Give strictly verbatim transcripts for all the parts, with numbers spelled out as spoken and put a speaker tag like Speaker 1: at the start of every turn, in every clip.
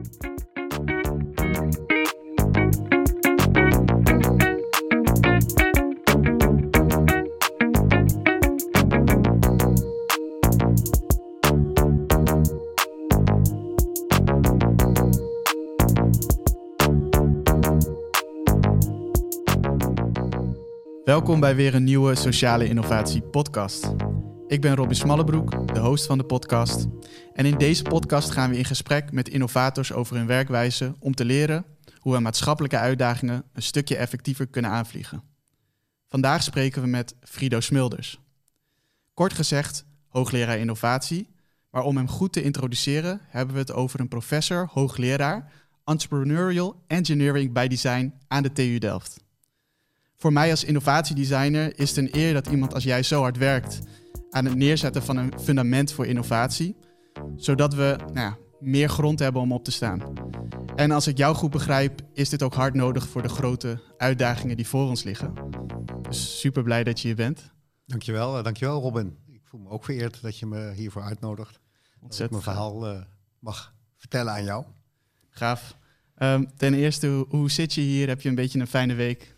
Speaker 1: Welkom bij weer een nieuwe Sociale Innovatie podcast. Ik ben Robin Smallebroek, de host van de podcast. En in deze podcast gaan we in gesprek met innovators over hun werkwijze om te leren hoe we maatschappelijke uitdagingen een stukje effectiever kunnen aanvliegen. Vandaag spreken we met Frido Smulders. Kort gezegd, hoogleraar innovatie, maar om hem goed te introduceren hebben we het over een professor, hoogleraar, Entrepreneurial Engineering by Design aan de T U Delft. Voor mij als innovatiedesigner is het een eer dat iemand als jij zo hard werkt aan het neerzetten van een fundament voor innovatie, zodat we nou ja, meer grond hebben om op te staan. En als ik jou goed begrijp, is dit ook hard nodig voor de grote uitdagingen die voor ons liggen. Dus super blij dat je hier bent.
Speaker 2: Dankjewel, dankjewel Robin. Ik voel me ook vereerd dat je me hiervoor uitnodigt. Dat ik mijn verhaal uh, mag vertellen aan jou.
Speaker 1: Gaaf. Um, ten eerste, hoe, hoe zit je hier? Heb je een beetje een fijne week?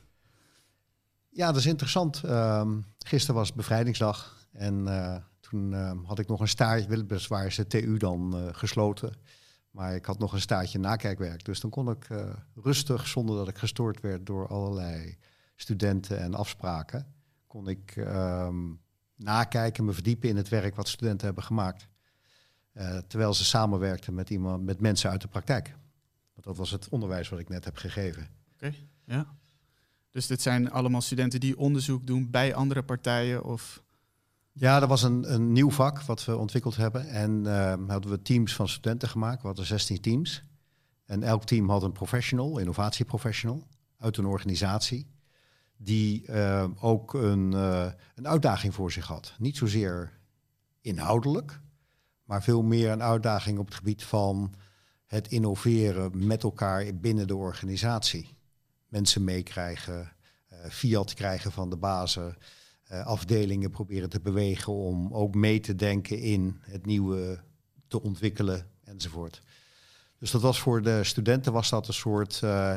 Speaker 2: Ja, dat is interessant. Um, gisteren was bevrijdingsdag en uh, toen uh, had ik nog een staartje, weliswaar is de T U dan uh, gesloten, maar ik had nog een staartje nakijkwerk. Dus dan kon ik uh, rustig, zonder dat ik gestoord werd door allerlei studenten en afspraken, kon ik um, nakijken, me verdiepen in het werk wat studenten hebben gemaakt. Uh, terwijl ze samenwerkten met, iemand, met mensen uit de praktijk. Want dat was het onderwijs wat ik net heb gegeven.
Speaker 1: Oké, okay, ja. Dus dit zijn allemaal studenten die onderzoek doen bij andere partijen? Of?
Speaker 2: Ja, dat was een, een nieuw vak wat we ontwikkeld hebben. En uh, hadden we teams van studenten gemaakt. We hadden zestien teams. En elk team had een professional, innovatieprofessional, uit een organisatie. Die uh, ook een, uh, een uitdaging voor zich had. Niet zozeer inhoudelijk, maar veel meer een uitdaging op het gebied van het innoveren met elkaar binnen de organisatie. Mensen meekrijgen, uh, fiat krijgen van de bazen, uh, afdelingen proberen te bewegen om ook mee te denken in het nieuwe te ontwikkelen enzovoort. Dus dat was voor de studenten was dat een soort uh,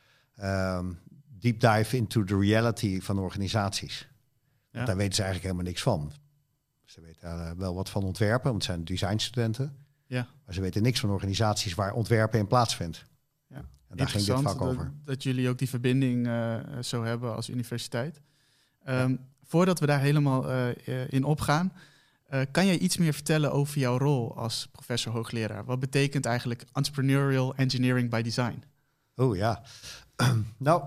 Speaker 2: um, deep dive into the reality van organisaties. Ja. Daar weten ze eigenlijk helemaal niks van. Ze weten uh, wel wat van ontwerpen, want het zijn designstudenten. Ja. Maar ze weten niks van organisaties waar ontwerpen in plaatsvindt. Ja. En daar ging dit vak over.
Speaker 1: Dat, dat jullie ook die verbinding uh, zo hebben als universiteit. Um, ja. Voordat we daar helemaal uh, in opgaan, uh, kan jij iets meer vertellen over jouw rol als professor hoogleraar? Wat betekent eigenlijk Entrepreneurial Engineering by Design?
Speaker 2: Oh ja, nou,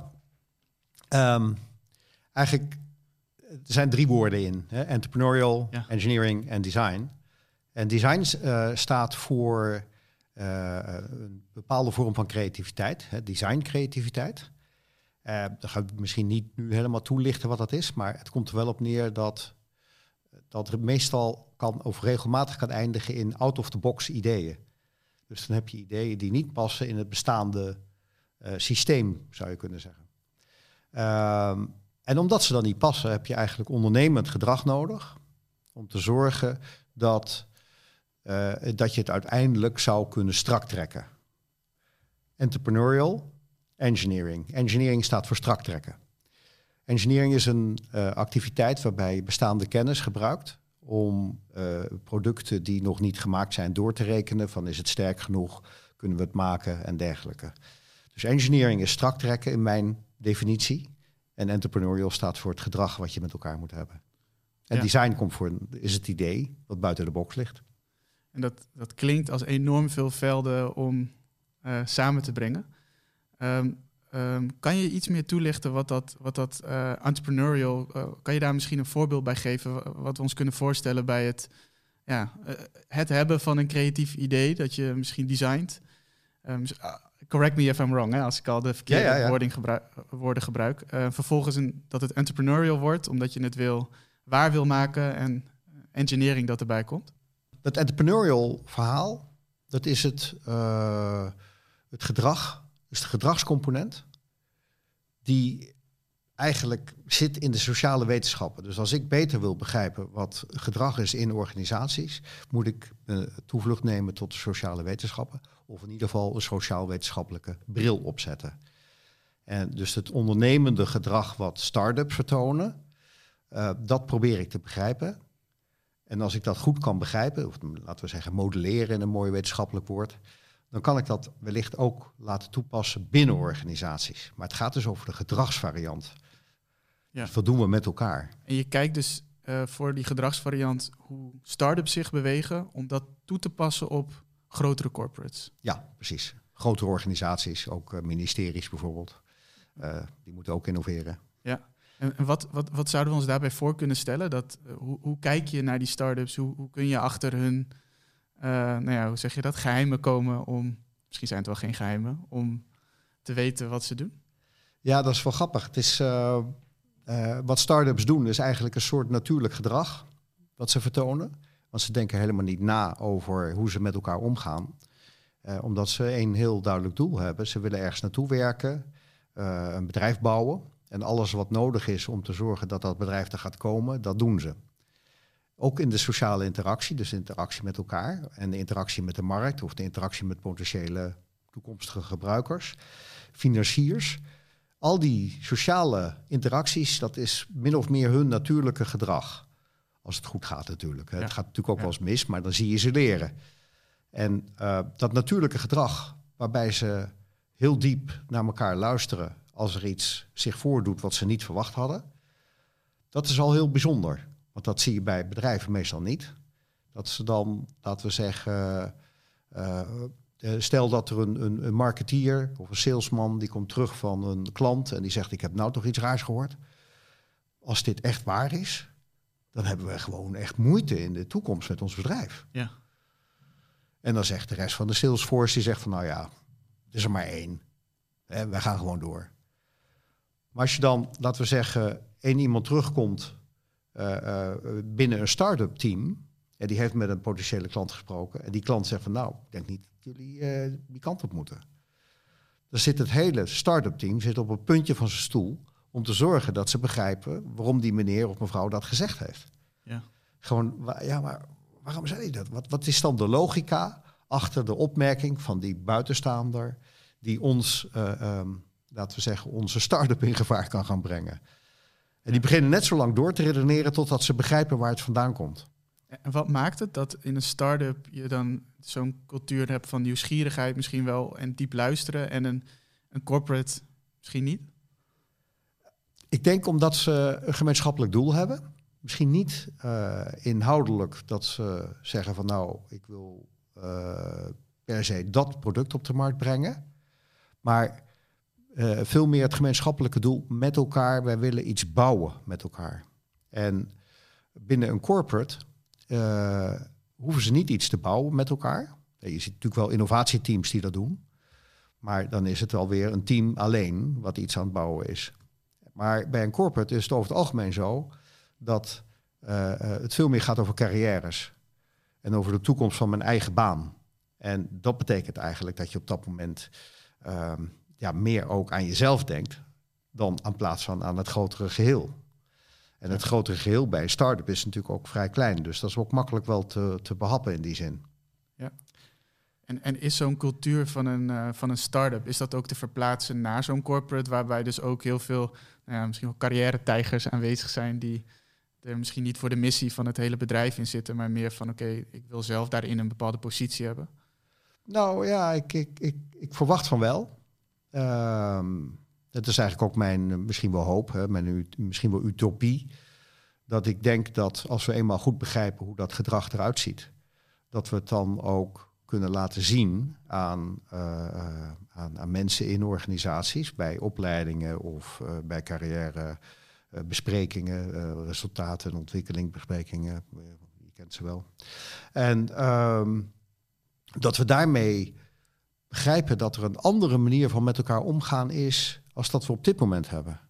Speaker 2: um, eigenlijk er zijn drie woorden in. Hè? Entrepreneurial, ja. Engineering en design. En design uh, staat voor Uh, een bepaalde vorm van creativiteit, hè, designcreativiteit. Uh, dat ga ik misschien niet nu helemaal toelichten wat dat is, maar het komt er wel op neer dat, dat het meestal kan of regelmatig kan eindigen in out-of-the-box ideeën. Dus dan heb je ideeën die niet passen in het bestaande uh, systeem, zou je kunnen zeggen. Uh, en omdat ze dan niet passen, heb je eigenlijk ondernemend gedrag nodig om te zorgen dat Uh, dat je het uiteindelijk zou kunnen strak trekken. Entrepreneurial engineering. Engineering staat voor strak trekken. Engineering is een uh, activiteit waarbij je bestaande kennis gebruikt om uh, producten die nog niet gemaakt zijn door te rekenen. Van is het sterk genoeg, kunnen we het maken en dergelijke. Dus engineering is strak trekken in mijn definitie. En entrepreneurial staat voor het gedrag wat je met elkaar moet hebben. En ja. Design komt voor, is het idee wat buiten de box ligt.
Speaker 1: En dat, dat klinkt als enorm veel velden om uh, samen te brengen. Um, um, kan je iets meer toelichten wat dat, wat dat uh, entrepreneurial... Uh, kan je daar misschien een voorbeeld bij geven wat we ons kunnen voorstellen bij het, ja, uh, het hebben van een creatief idee dat je misschien designt? Um, uh, correct me if I'm wrong, hè, als ik al de verkeerde ja, ja, ja. Woording gebruik, woorden gebruik. Uh, vervolgens een, dat het entrepreneurial wordt, omdat je het wil waar wil maken en engineering dat erbij komt.
Speaker 2: Dat entrepreneurial verhaal, dat is het, uh, het gedrag, dus de gedragscomponent, die eigenlijk zit in de sociale wetenschappen. Dus als ik beter wil begrijpen wat gedrag is in organisaties, moet ik uh, toevlucht nemen tot de sociale wetenschappen. Of in ieder geval een sociaal-wetenschappelijke bril opzetten. En dus het ondernemende gedrag wat start-ups vertonen, uh, dat probeer ik te begrijpen. En als ik dat goed kan begrijpen, of laten we zeggen modelleren in een mooi wetenschappelijk woord, dan kan ik dat wellicht ook laten toepassen binnen organisaties. Maar het gaat dus over de gedragsvariant. Ja. Dus wat doen we met elkaar?
Speaker 1: En je kijkt dus uh, voor die gedragsvariant hoe start-ups zich bewegen om dat toe te passen op grotere corporates.
Speaker 2: Ja, precies. Grotere organisaties, ook uh, ministeries bijvoorbeeld. Uh, die moeten ook innoveren.
Speaker 1: Ja. En, en wat, wat, wat zouden we ons daarbij voor kunnen stellen? Dat, uh, hoe, hoe kijk je naar die start-ups? Hoe, hoe kun je achter hun, uh, nou ja, hoe zeg je dat, geheimen komen om, misschien zijn het wel geen geheimen, om te weten wat ze doen?
Speaker 2: Ja, dat is wel grappig. Het is, uh, uh, wat start-ups doen is eigenlijk een soort natuurlijk gedrag wat ze vertonen. Want ze denken helemaal niet na over hoe ze met elkaar omgaan. Uh, omdat ze een heel duidelijk doel hebben. Ze willen ergens naartoe werken, uh, een bedrijf bouwen. En alles wat nodig is om te zorgen dat dat bedrijf er gaat komen, dat doen ze. Ook in de sociale interactie, dus de interactie met elkaar en de interactie met de markt of de interactie met potentiële toekomstige gebruikers, financiers. Al die sociale interacties, dat is min of meer hun natuurlijke gedrag. Als het goed gaat natuurlijk. Ja. Het gaat natuurlijk ook ja. wel eens mis, maar dan zie je ze leren. En uh, dat natuurlijke gedrag, waarbij ze heel diep naar elkaar luisteren als er iets zich voordoet wat ze niet verwacht hadden, dat is al heel bijzonder. Want dat zie je bij bedrijven meestal niet. Dat ze dan, laten we zeggen, uh, uh, stel dat er een, een, een marketeer of een salesman die komt terug van een klant en die zegt, ik heb nou toch iets raars gehoord. Als dit echt waar is, dan hebben we gewoon echt moeite in de toekomst met ons bedrijf.
Speaker 1: Ja.
Speaker 2: En dan zegt de rest van de salesforce, die zegt van nou ja, er is er maar één. Hè, wij gaan gewoon door. Maar als je dan, laten we zeggen, één iemand terugkomt uh, uh, binnen een start-up team, en die heeft met een potentiële klant gesproken, en die klant zegt van nou, ik denk niet dat jullie uh, die kant op moeten. Dan zit het hele start-up team zit op een puntje van zijn stoel om te zorgen dat ze begrijpen waarom die meneer of mevrouw dat gezegd heeft.
Speaker 1: Ja.
Speaker 2: Gewoon, ja, maar waarom zei hij dat? Wat, wat is dan de logica achter de opmerking van die buitenstaander die ons, uh, um, laten we zeggen, onze start-up in gevaar kan gaan brengen? En die beginnen net zo lang door te redeneren totdat ze begrijpen waar het vandaan komt.
Speaker 1: En wat maakt het dat in een start-up je dan zo'n cultuur hebt van nieuwsgierigheid misschien wel en diep luisteren en een, een corporate misschien niet?
Speaker 2: Ik denk omdat ze een gemeenschappelijk doel hebben. Misschien niet uh, inhoudelijk dat ze zeggen van nou, ik wil uh, per se dat product op de markt brengen. Maar uh, veel meer het gemeenschappelijke doel met elkaar. Wij willen iets bouwen met elkaar. En binnen een corporate uh, hoeven ze niet iets te bouwen met elkaar. Je ziet natuurlijk wel innovatieteams die dat doen. Maar dan is het wel weer een team alleen wat iets aan het bouwen is. Maar bij een corporate is het over het algemeen zo dat uh, het veel meer gaat over carrières. En over de toekomst van mijn eigen baan. En dat betekent eigenlijk dat je op dat moment uh, ja, meer ook aan jezelf denkt dan aan plaats van aan het grotere geheel. En het grotere geheel bij een start-up is natuurlijk ook vrij klein. Dus dat is ook makkelijk wel te, te behappen in die zin.
Speaker 1: Ja. En, en is zo'n cultuur van een, uh, van een start-up, is dat ook te verplaatsen naar zo'n corporate, waarbij dus ook heel veel, nou ja, misschien wel carrière-tijgers aanwezig zijn die er misschien niet voor de missie van het hele bedrijf in zitten, maar meer van oké, okay, ik wil zelf daarin een bepaalde positie hebben?
Speaker 2: Nou ja, ik, ik, ik, ik verwacht van wel. Um, dat is eigenlijk ook mijn uh, misschien wel hoop, hè, mijn u, misschien wel utopie. Dat ik denk dat als we eenmaal goed begrijpen hoe dat gedrag eruit ziet, dat we het dan ook kunnen laten zien aan, uh, aan, aan mensen in organisaties, bij opleidingen of uh, bij carrière uh, besprekingen, uh, resultaten en ontwikkelingbesprekingen. Uh, je kent ze wel. En um, dat we daarmee begrijpen dat er een andere manier van met elkaar omgaan is als dat we op dit moment hebben.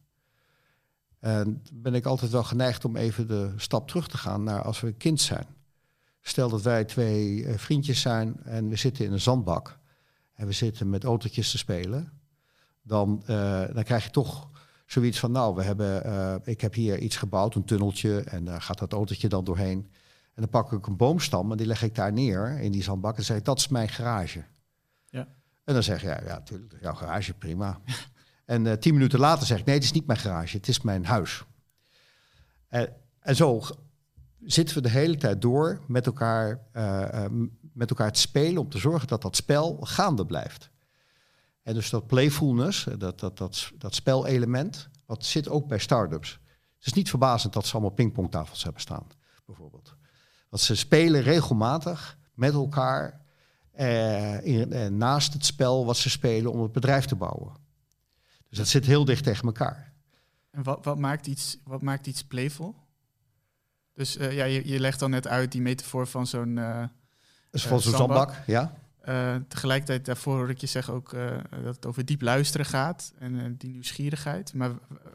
Speaker 2: En ben ik altijd wel geneigd om even de stap terug te gaan naar als we een kind zijn. Stel dat wij twee uh, vriendjes zijn en we zitten in een zandbak en we zitten met autootjes te spelen. Dan, uh, dan krijg je toch zoiets van, nou, we hebben, uh, ik heb hier iets gebouwd, een tunneltje, en daar gaat dat autootje dan doorheen. En dan pak ik een boomstam en die leg ik daar neer in die zandbak en zeg ik, dat is mijn garage.
Speaker 1: Ja.
Speaker 2: En dan zeg je, ja, ja, natuurlijk, jouw garage, prima. En uh, tien minuten later zeg ik, nee, het is niet mijn garage, het is mijn huis. En, en zo zitten we de hele tijd door met elkaar, uh, uh, met elkaar te spelen om te zorgen dat dat spel gaande blijft. En dus dat playfulness, dat, dat, dat, dat spelelement, wat zit ook bij start-ups. Het is niet verbazend dat ze allemaal pingpongtafels hebben staan, bijvoorbeeld. Want ze spelen regelmatig met elkaar eh, in, eh, naast het spel wat ze spelen om het bedrijf te bouwen. Dus dat zit heel dicht tegen elkaar.
Speaker 1: En wat, wat, maakt, iets, wat maakt iets playful? Dus uh, ja, je, je legt dan net uit die metafoor van zo'n uh,
Speaker 2: dus van uh, zo'n zandbak, ja.
Speaker 1: Uh, tegelijkertijd daarvoor hoor ik je zeggen ook uh, dat het over diep luisteren gaat en uh, die nieuwsgierigheid. Maar uh,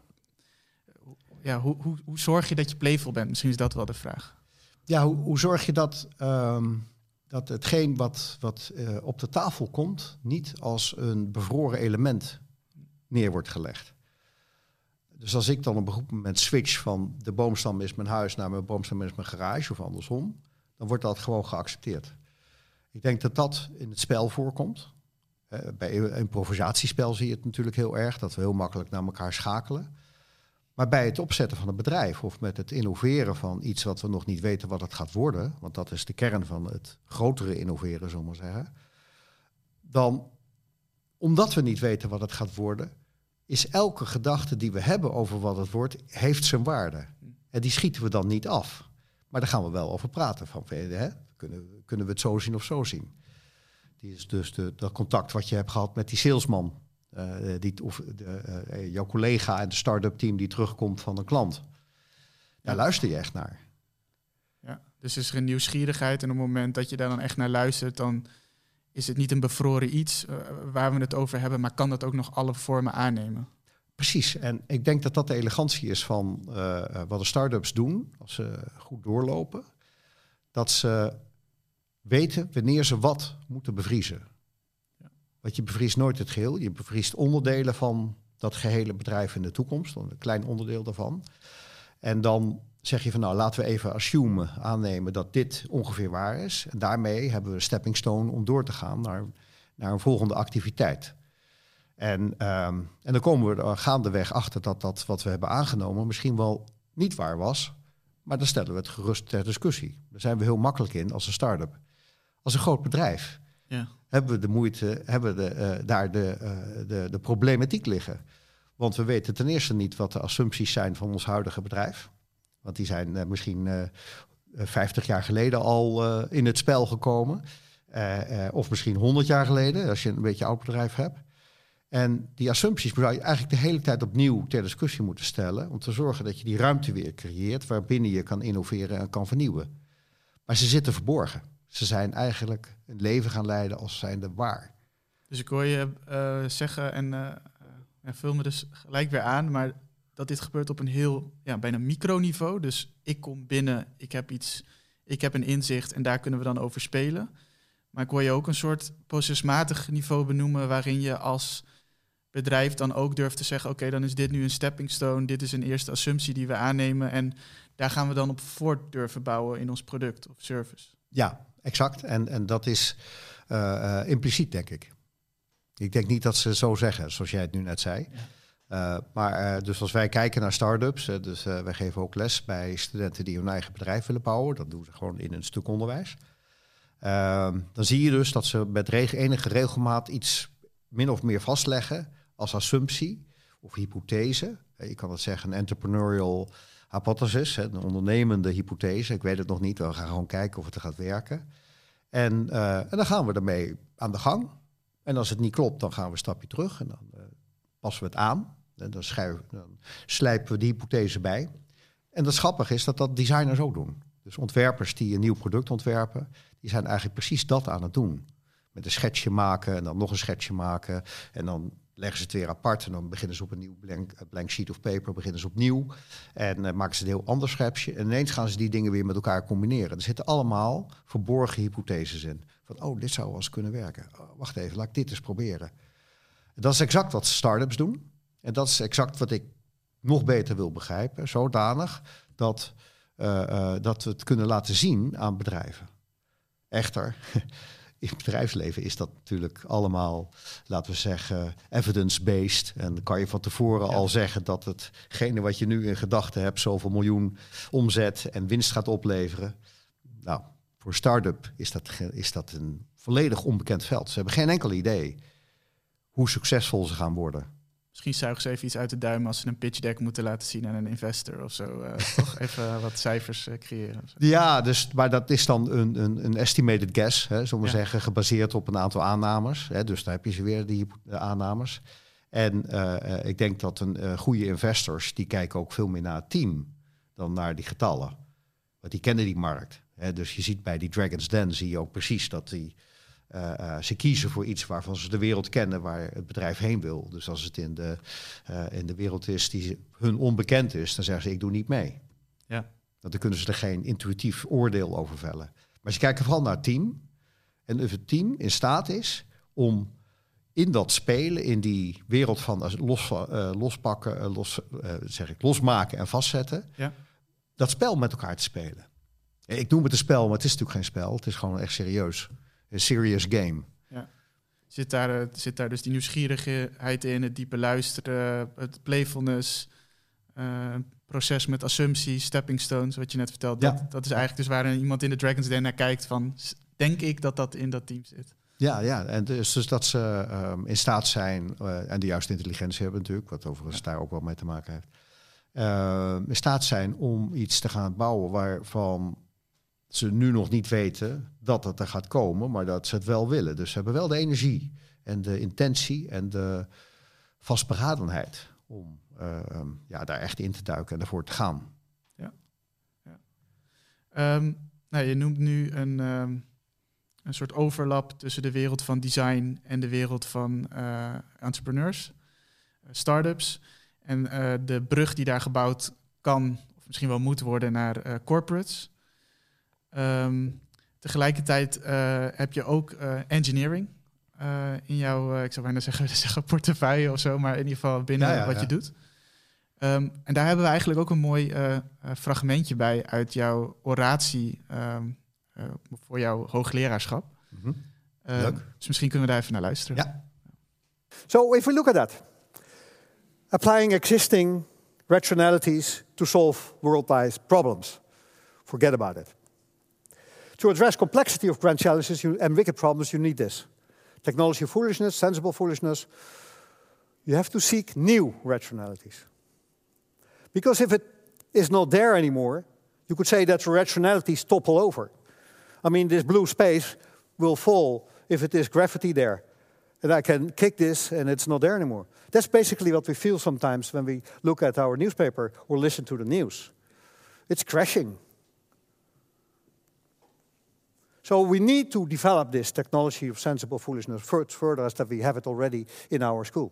Speaker 1: ja, hoe, hoe, hoe zorg je dat je playful bent? Misschien is dat wel de vraag.
Speaker 2: Ja, hoe, hoe zorg je dat, um, dat hetgeen wat, wat uh, op de tafel komt niet als een bevroren element neer wordt gelegd? Dus als ik dan op een goed moment switch van de boomstam is mijn huis naar mijn boomstam is mijn garage of andersom, dan wordt dat gewoon geaccepteerd. Ik denk dat dat in het spel voorkomt. Uh, bij een improvisatiespel zie je het natuurlijk heel erg, dat we heel makkelijk naar elkaar schakelen. Maar bij het opzetten van een bedrijf of met het innoveren van iets wat we nog niet weten wat het gaat worden, want dat is de kern van het grotere innoveren, zullen we maar zeggen, dan, omdat we niet weten wat het gaat worden, is elke gedachte die we hebben over wat het wordt, heeft zijn waarde. En die schieten we dan niet af. Maar daar gaan we wel over praten. Van, hè? Kunnen, kunnen we het zo zien of zo zien? Die is dus de, dat contact wat je hebt gehad met die salesman. Uh, die, of de, uh, jouw collega en de start-up team die terugkomt van een klant. Daar ja. luister je echt naar.
Speaker 1: Ja, dus is er een nieuwsgierigheid. En op het moment dat je daar dan echt naar luistert, dan is het niet een bevroren iets uh, waar we het over hebben, maar kan dat ook nog alle vormen aannemen?
Speaker 2: Precies. En ik denk dat dat de elegantie is van uh, wat de start-ups doen, als ze goed doorlopen. Dat ze weten wanneer ze wat moeten bevriezen. Ja. Want je bevriest nooit het geheel. Je bevriest onderdelen van dat gehele bedrijf in de toekomst. Een klein onderdeel daarvan. En dan zeg je van nou, laten we even assumen, aannemen dat dit ongeveer waar is. En daarmee hebben we een stepping stone om door te gaan naar, naar een volgende activiteit. En, um, en dan komen we er gaandeweg achter dat dat wat we hebben aangenomen misschien wel niet waar was. Maar dan stellen we het gerust ter discussie. Daar zijn we heel makkelijk in als een start-up. Als een groot bedrijf ja. hebben we de moeite, hebben we de, uh, daar de, uh, de, de problematiek liggen. Want we weten ten eerste niet wat de assumpties zijn van ons huidige bedrijf. Want die zijn uh, misschien uh, vijftig jaar geleden al uh, in het spel gekomen. Uh, uh, of misschien honderd jaar geleden, als je een beetje oud bedrijf hebt. En die assumpties zou je eigenlijk de hele tijd opnieuw ter discussie moeten stellen, om te zorgen dat je die ruimte weer creëert waarbinnen je kan innoveren en kan vernieuwen. Maar ze zitten verborgen. Ze zijn eigenlijk een leven gaan leiden als zijnde waar.
Speaker 1: Dus ik hoor je uh, zeggen, en uh, en vul me dus gelijk weer aan, maar dat dit gebeurt op een heel, ja, bijna microniveau. Dus ik kom binnen, ik heb iets, ik heb een inzicht en daar kunnen we dan over spelen. Maar ik hoor je ook een soort procesmatig niveau benoemen waarin je als bedrijf dan ook durft te zeggen, oké, okay, dan is dit nu een stepping stone, dit is een eerste assumptie die we aannemen en daar gaan we dan op voort durven bouwen in ons product of service.
Speaker 2: Ja, exact. En, en dat is uh, uh, impliciet, denk ik. Ik denk niet dat ze zo zeggen, zoals jij het nu net zei. Ja. Uh, maar uh, dus als wij kijken naar start-ups, uh, dus uh, wij geven ook les bij studenten die hun eigen bedrijf willen bouwen. Dat doen ze gewoon in een stuk onderwijs. Uh, dan zie je dus dat ze met reg- enige regelmaat iets min of meer vastleggen als assumptie of hypothese. Uh, je kan het zeggen, een entrepreneurial hypothesis, een ondernemende hypothese. Ik weet het nog niet, we gaan gewoon kijken of het er gaat werken. En, uh, en dan gaan we ermee aan de gang. En als het niet klopt, dan gaan we een stapje terug en dan uh, passen we het aan. En dan, schuiven, dan slijpen we die hypothese bij. En dat grappige is dat dat designers ook doen. Dus ontwerpers die een nieuw product ontwerpen, die zijn eigenlijk precies dat aan het doen. Met een schetsje maken en dan nog een schetsje maken. En dan leggen ze het weer apart en dan beginnen ze op een nieuw blank, blank sheet of paper, beginnen ze opnieuw. En uh, maken ze een heel ander schetsje. En ineens gaan ze die dingen weer met elkaar combineren. Er zitten allemaal verborgen hypotheses in. Van, oh, dit zou wel eens kunnen werken. Oh, wacht even, laat ik dit eens proberen. En dat is exact wat start-ups doen. En dat is exact wat ik nog beter wil begrijpen, zodanig dat, uh, uh, dat we het kunnen laten zien aan bedrijven. Echter, in het bedrijfsleven is dat natuurlijk allemaal, laten we zeggen, evidence-based. En dan kan je van tevoren ja. al zeggen dat hetgene wat je nu in gedachten hebt, zoveel miljoen omzet en winst gaat opleveren. Nou, voor een start-up is dat, is dat een volledig onbekend veld. Ze hebben geen enkel idee hoe succesvol ze gaan worden.
Speaker 1: Misschien zuigen ze even iets uit de duim als ze een pitch deck moeten laten zien aan een investor of zo. Uh, toch even wat cijfers uh, creëren.
Speaker 2: Ja, dus, maar dat is dan een, een, een estimated guess, hè, zullen we ja. zeggen, gebaseerd op een aantal aannames. Hè, dus daar heb je ze weer, die uh, aannames. En uh, uh, ik denk dat een uh, goede investors, die kijken ook veel meer naar het team dan naar die getallen. Want die kennen die markt. Hè, dus je ziet bij die Dragon's Den, zie je ook precies dat die... Uh, uh, ze kiezen voor iets waarvan ze de wereld kennen, waar het bedrijf heen wil. Dus als het in de, uh, in de wereld is die hun onbekend is, dan zeggen ze, ik doe niet mee.
Speaker 1: Ja.
Speaker 2: Dan kunnen ze er geen intuïtief oordeel over vellen. Maar ze kijken vooral naar het team. En of het team in staat is om in dat spelen, in die wereld van los, uh, lospakken, uh, los, uh, zeg ik, losmaken en vastzetten,
Speaker 1: ja.
Speaker 2: dat spel met elkaar te spelen. Ik noem het een spel, maar het is natuurlijk geen spel. Het is gewoon echt serieus. Een serious game.
Speaker 1: Ja. Zit daar, uh, zit daar dus die nieuwsgierigheid in, het diepe luisteren, het playfulness, uh, proces met assumpties, stepping stones, wat je net vertelde.
Speaker 2: Ja.
Speaker 1: Dat, dat is eigenlijk dus waar iemand in de Dragon's Den naar kijkt van, denk ik dat dat in dat team zit.
Speaker 2: Ja, ja. En dus, dus dat ze um, in staat zijn, uh, en de juiste intelligentie hebben natuurlijk, wat overigens ja. daar ook wel mee te maken heeft, uh, in staat zijn om iets te gaan bouwen waarvan ze nu nog niet weten dat het er gaat komen, maar dat ze het wel willen. Dus ze hebben wel de energie en de intentie en de vastberadenheid om uh, um, ja, daar echt in te duiken en ervoor te gaan.
Speaker 1: Ja. ja. Um, nou, je noemt nu een, um, een soort overlap tussen de wereld van design en de wereld van uh, entrepreneurs, uh, start-ups. En uh, de brug die daar gebouwd kan, of misschien wel moet worden, naar uh, corporates. Um, tegelijkertijd uh, heb je ook uh, engineering uh, in jouw, uh, ik zou bijna zeggen, zeggen portefeuille of zo, maar in ieder geval binnen ja, ja, wat ja. je doet. Um, en daar hebben we eigenlijk ook een mooi uh, fragmentje bij uit jouw oratie um, uh, voor jouw hoogleraarschap.
Speaker 2: Mm-hmm.
Speaker 1: Uh, Leuk. Dus misschien kunnen we daar even naar luisteren.
Speaker 3: Ja. So if we look at that, applying existing rationalities to solve world-wide problems, forget about it. To address complexity of grand challenges you, and wicked problems, you need this. Technology foolishness, sensible foolishness. You have to seek new rationalities. Because if it is not there anymore, you could say that the rationalities topple over. I mean, this blue space will fall if it is gravity there. And I can kick this and it's not there anymore. That's basically what we feel sometimes when we look at our newspaper or listen to the news. It's crashing. So we need to develop this technology of sensible foolishness further as that we have it already in our school.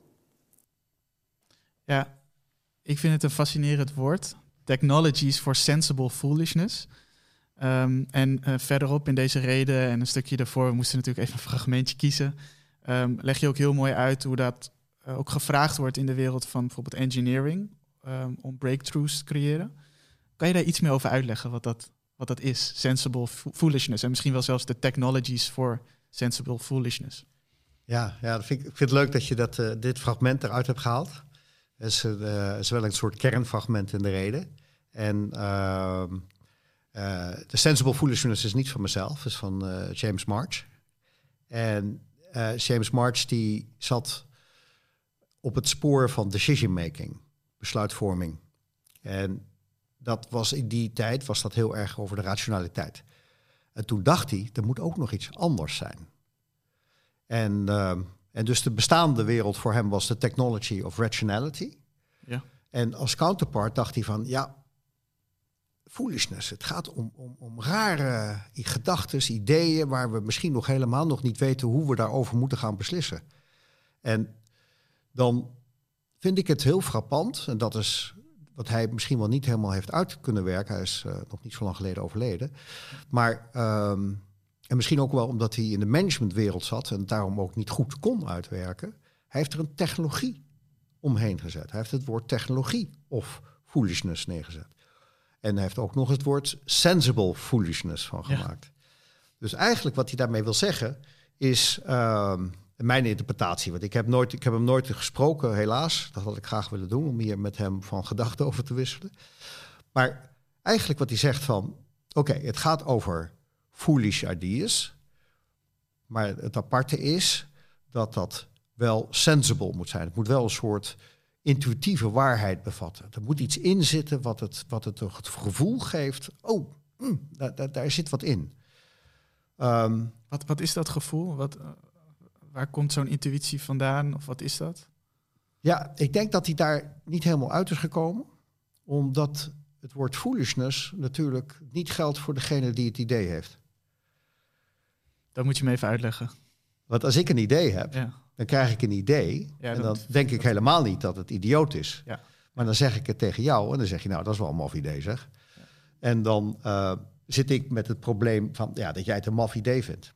Speaker 1: Ja, ik vind het een fascinerend woord. Technologies for sensible foolishness. Um, en uh, verderop in deze reden en een stukje daarvoor, we moesten natuurlijk even een fragmentje kiezen, um, leg je ook heel mooi uit hoe dat uh, ook gevraagd wordt in de wereld van bijvoorbeeld engineering, um, om breakthroughs te creëren. Kan je daar iets meer over uitleggen, wat dat wat dat is, sensible foolishness. En misschien wel zelfs de technologies for sensible foolishness.
Speaker 2: Ja, ja dat vind ik, ik vind het leuk dat je dat, uh, dit fragment eruit hebt gehaald. Het is, uh, is wel een soort kernfragment in de reden. En uh, uh, de sensible foolishness is niet van mezelf, is van uh, James March. En uh, James March die zat op het spoor van decision making, besluitvorming. En dat was in die tijd was dat heel erg over de rationaliteit. En toen dacht hij, er moet ook nog iets anders zijn. En, uh, en dus de bestaande wereld voor hem was de technology of rationality.
Speaker 1: Ja.
Speaker 2: En als counterpart dacht hij van, ja, foolishness. Het gaat om, om, om rare gedachten, ideeën, waar we misschien nog helemaal nog niet weten hoe we daarover moeten gaan beslissen. En dan vind ik het heel frappant, en dat is wat hij misschien wel niet helemaal heeft uit kunnen werken. Hij is uh, nog niet zo lang geleden overleden. Maar, um, en misschien ook wel omdat hij in de managementwereld zat en daarom ook niet goed kon uitwerken. Hij heeft er een technologie omheen gezet. Hij heeft het woord technologie of foolishness neergezet. En hij heeft ook nog het woord sensible foolishness van gemaakt. Ja. Dus eigenlijk wat hij daarmee wil zeggen is uh, mijn interpretatie. Want ik heb, nooit, ik heb hem nooit gesproken, helaas. Dat had ik graag willen doen, om hier met hem van gedachten over te wisselen. Maar eigenlijk wat hij zegt van, oké, okay, het gaat over foolish ideas. Maar het aparte is dat dat wel sensible moet zijn. Het moet wel een soort intuïtieve waarheid bevatten. Er moet iets in zitten wat het, wat het het gevoel geeft. Oh, mm, daar, daar, daar zit wat in. Um,
Speaker 1: wat, wat is dat gevoel? Wat, uh, waar komt zo'n intuïtie vandaan? Of wat is dat?
Speaker 2: Ja, ik denk dat hij daar niet helemaal uit is gekomen. Omdat het woord foolishness natuurlijk niet geldt voor degene die het idee heeft.
Speaker 1: Dat moet je me even uitleggen.
Speaker 2: Want als ik een idee heb, ja. dan krijg ik een idee. Ja, en dan dat, denk ik dat... helemaal niet dat het idioot is. Ja. Maar dan zeg ik het tegen jou en dan zeg je, nou, dat is wel een maf idee, zeg. Ja. En dan uh, zit ik met het probleem van ja, dat jij het een maf idee vindt.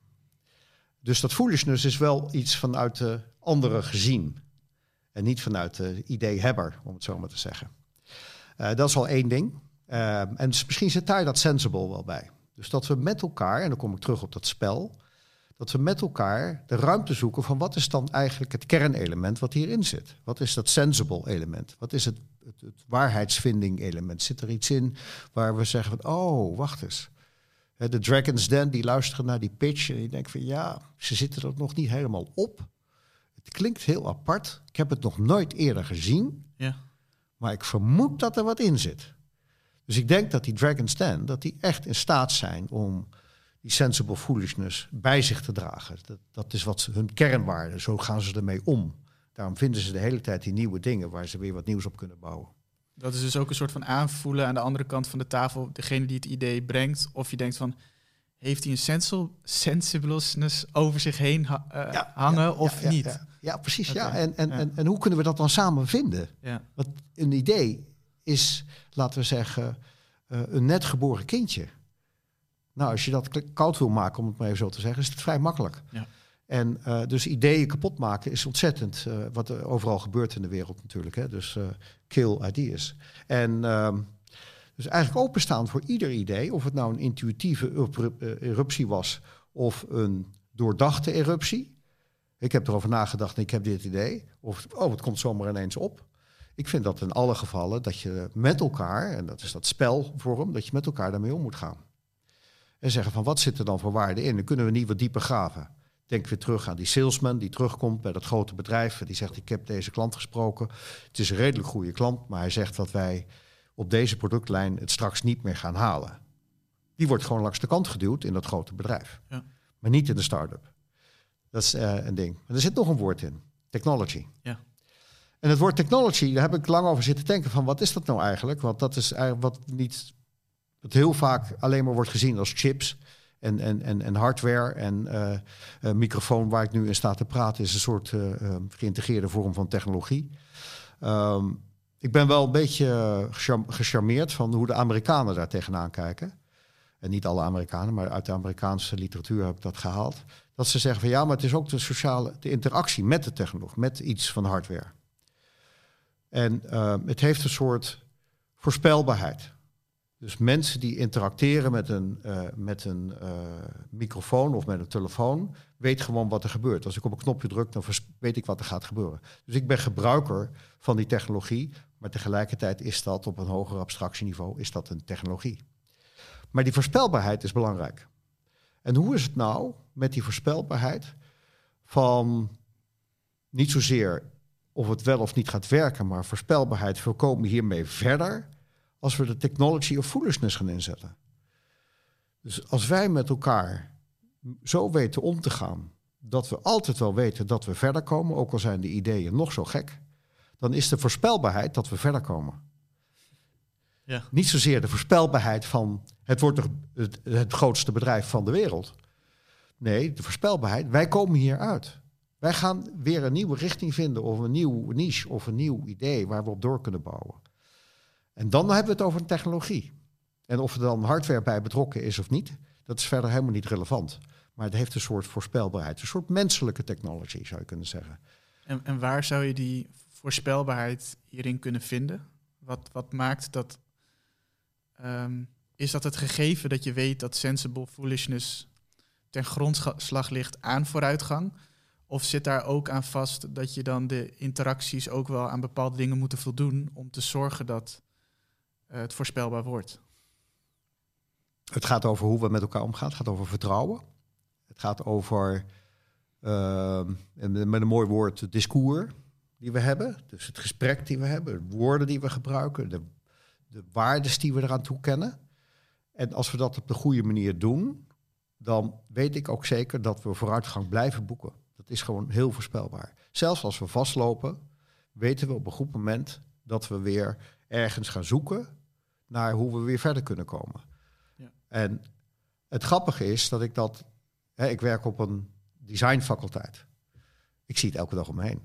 Speaker 2: Dus dat foolishness is wel iets vanuit de andere gezien. En niet vanuit de ideehebber, om het zo maar te zeggen. Uh, dat is al één ding. Uh, en dus misschien zit daar dat sensible wel bij. Dus dat we met elkaar, en dan kom ik terug op dat spel, dat we met elkaar de ruimte zoeken van wat is dan eigenlijk het kernelement wat hierin zit. Wat is dat sensible element? Wat is het, het, het waarheidsvinding element? Zit er iets in waar we zeggen van, oh, wacht eens. De Dragon's Den, die luisteren naar die pitch en die denken van, ja, ze zitten er nog niet helemaal op. Het klinkt heel apart. Ik heb het nog nooit eerder gezien. Ja. Maar ik vermoed dat er wat in zit. Dus ik denk dat die Dragon's Den, dat die echt in staat zijn om die sensible foolishness bij zich te dragen. Dat, dat is wat hun kernwaarde. Zo gaan ze ermee om. Daarom vinden ze de hele tijd die nieuwe dingen waar ze weer wat nieuws op kunnen bouwen.
Speaker 1: Dat is dus ook een soort van aanvoelen aan de andere kant van de tafel. Degene die het idee brengt. Of je denkt van, heeft hij een sensible, sensibleness over zich heen ha- uh, ja, hangen ja, of ja, niet?
Speaker 2: Ja, ja. ja precies. Okay. Ja. En, en, ja. En, en hoe kunnen we dat dan samen vinden? Ja. Want een idee is, laten we zeggen, uh, een net geboren kindje. Nou, als je dat koud wil maken, om het maar even zo te zeggen, is het vrij makkelijk. Ja. En uh, dus ideeën kapot maken is ontzettend uh, wat er overal gebeurt in de wereld natuurlijk. Hè? Dus uh, kill ideas. En uh, dus eigenlijk openstaan voor ieder idee, of het nou een intuïtieve eruptie was of een doordachte eruptie. Ik heb erover nagedacht en ik heb dit idee. Of, oh, het komt zomaar ineens op. Ik vind dat in alle gevallen dat je met elkaar, en dat is dat spelvorm, dat je met elkaar daarmee om moet gaan. En zeggen van, wat zit er dan voor waarde in? Dan kunnen we niet wat dieper graven. Denk weer terug aan die salesman die terugkomt bij dat grote bedrijf. Die zegt, ik heb deze klant gesproken. Het is een redelijk goede klant, maar hij zegt dat wij op deze productlijn het straks niet meer gaan halen. Die wordt gewoon langs de kant geduwd in dat grote bedrijf. Ja. Maar niet in de start-up. Dat is uh, een ding. Maar er zit nog een woord in. Technology. Ja. En het woord technology, daar heb ik lang over zitten denken van, wat is dat nou eigenlijk? Want dat is eigenlijk wat niet, wat heel vaak alleen maar wordt gezien als chips en, en, en, en hardware. En uh, een microfoon waar ik nu in sta te praten is een soort uh, uh, geïntegreerde vorm van technologie. Um, ik ben wel een beetje gecharmeerd van hoe de Amerikanen daar tegenaan kijken. En niet alle Amerikanen, maar uit de Amerikaanse literatuur heb ik dat gehaald. Dat ze zeggen van ja, maar het is ook de sociale de interactie met de technologie, met iets van hardware. En uh, het heeft een soort voorspelbaarheid. Dus mensen die interacteren met een, uh, met een uh, microfoon of met een telefoon, weten gewoon wat er gebeurt. Als ik op een knopje druk, dan weet ik wat er gaat gebeuren. Dus ik ben gebruiker van die technologie, maar tegelijkertijd is dat op een hoger abstractieniveau is dat een technologie. Maar die voorspelbaarheid is belangrijk. En hoe is het nou met die voorspelbaarheid van niet zozeer of het wel of niet gaat werken, maar voorspelbaarheid, we komen hiermee verder als we de technology of foolishness gaan inzetten. Dus als wij met elkaar zo weten om te gaan, dat we altijd wel weten dat we verder komen, ook al zijn de ideeën nog zo gek, dan is de voorspelbaarheid dat we verder komen. Ja. Niet zozeer de voorspelbaarheid van het wordt het, het grootste bedrijf van de wereld. Nee, de voorspelbaarheid, wij komen hieruit. Wij gaan weer een nieuwe richting vinden of een nieuw niche of een nieuw idee waar we op door kunnen bouwen. En dan hebben we het over een technologie. En of er dan hardware bij betrokken is of niet, dat is verder helemaal niet relevant. Maar het heeft een soort voorspelbaarheid, een soort menselijke technology zou je kunnen zeggen.
Speaker 1: En, en waar zou je die voorspelbaarheid hierin kunnen vinden? Wat, wat maakt dat... Um, is dat het gegeven dat je weet dat sensible foolishness ten grondslag ligt aan vooruitgang? Of zit daar ook aan vast dat je dan de interacties ook wel aan bepaalde dingen moeten voldoen om te zorgen dat uh, het voorspelbaar wordt?
Speaker 2: Het gaat over hoe we met elkaar omgaan. Het gaat over vertrouwen. Het gaat over, uh, met een mooi woord, het discours die we hebben. Dus het gesprek die we hebben, de woorden die we gebruiken, de, de waardes die we eraan toekennen. En als we dat op de goede manier doen, dan weet ik ook zeker dat we vooruitgang blijven boeken. Dat is gewoon heel voorspelbaar. Zelfs als we vastlopen, weten we op een goed moment dat we weer ergens gaan zoeken naar hoe we weer verder kunnen komen. Ja. En het grappige is dat ik dat... Hè, ik werk op een designfaculteit. Ik zie het elke dag om me heen.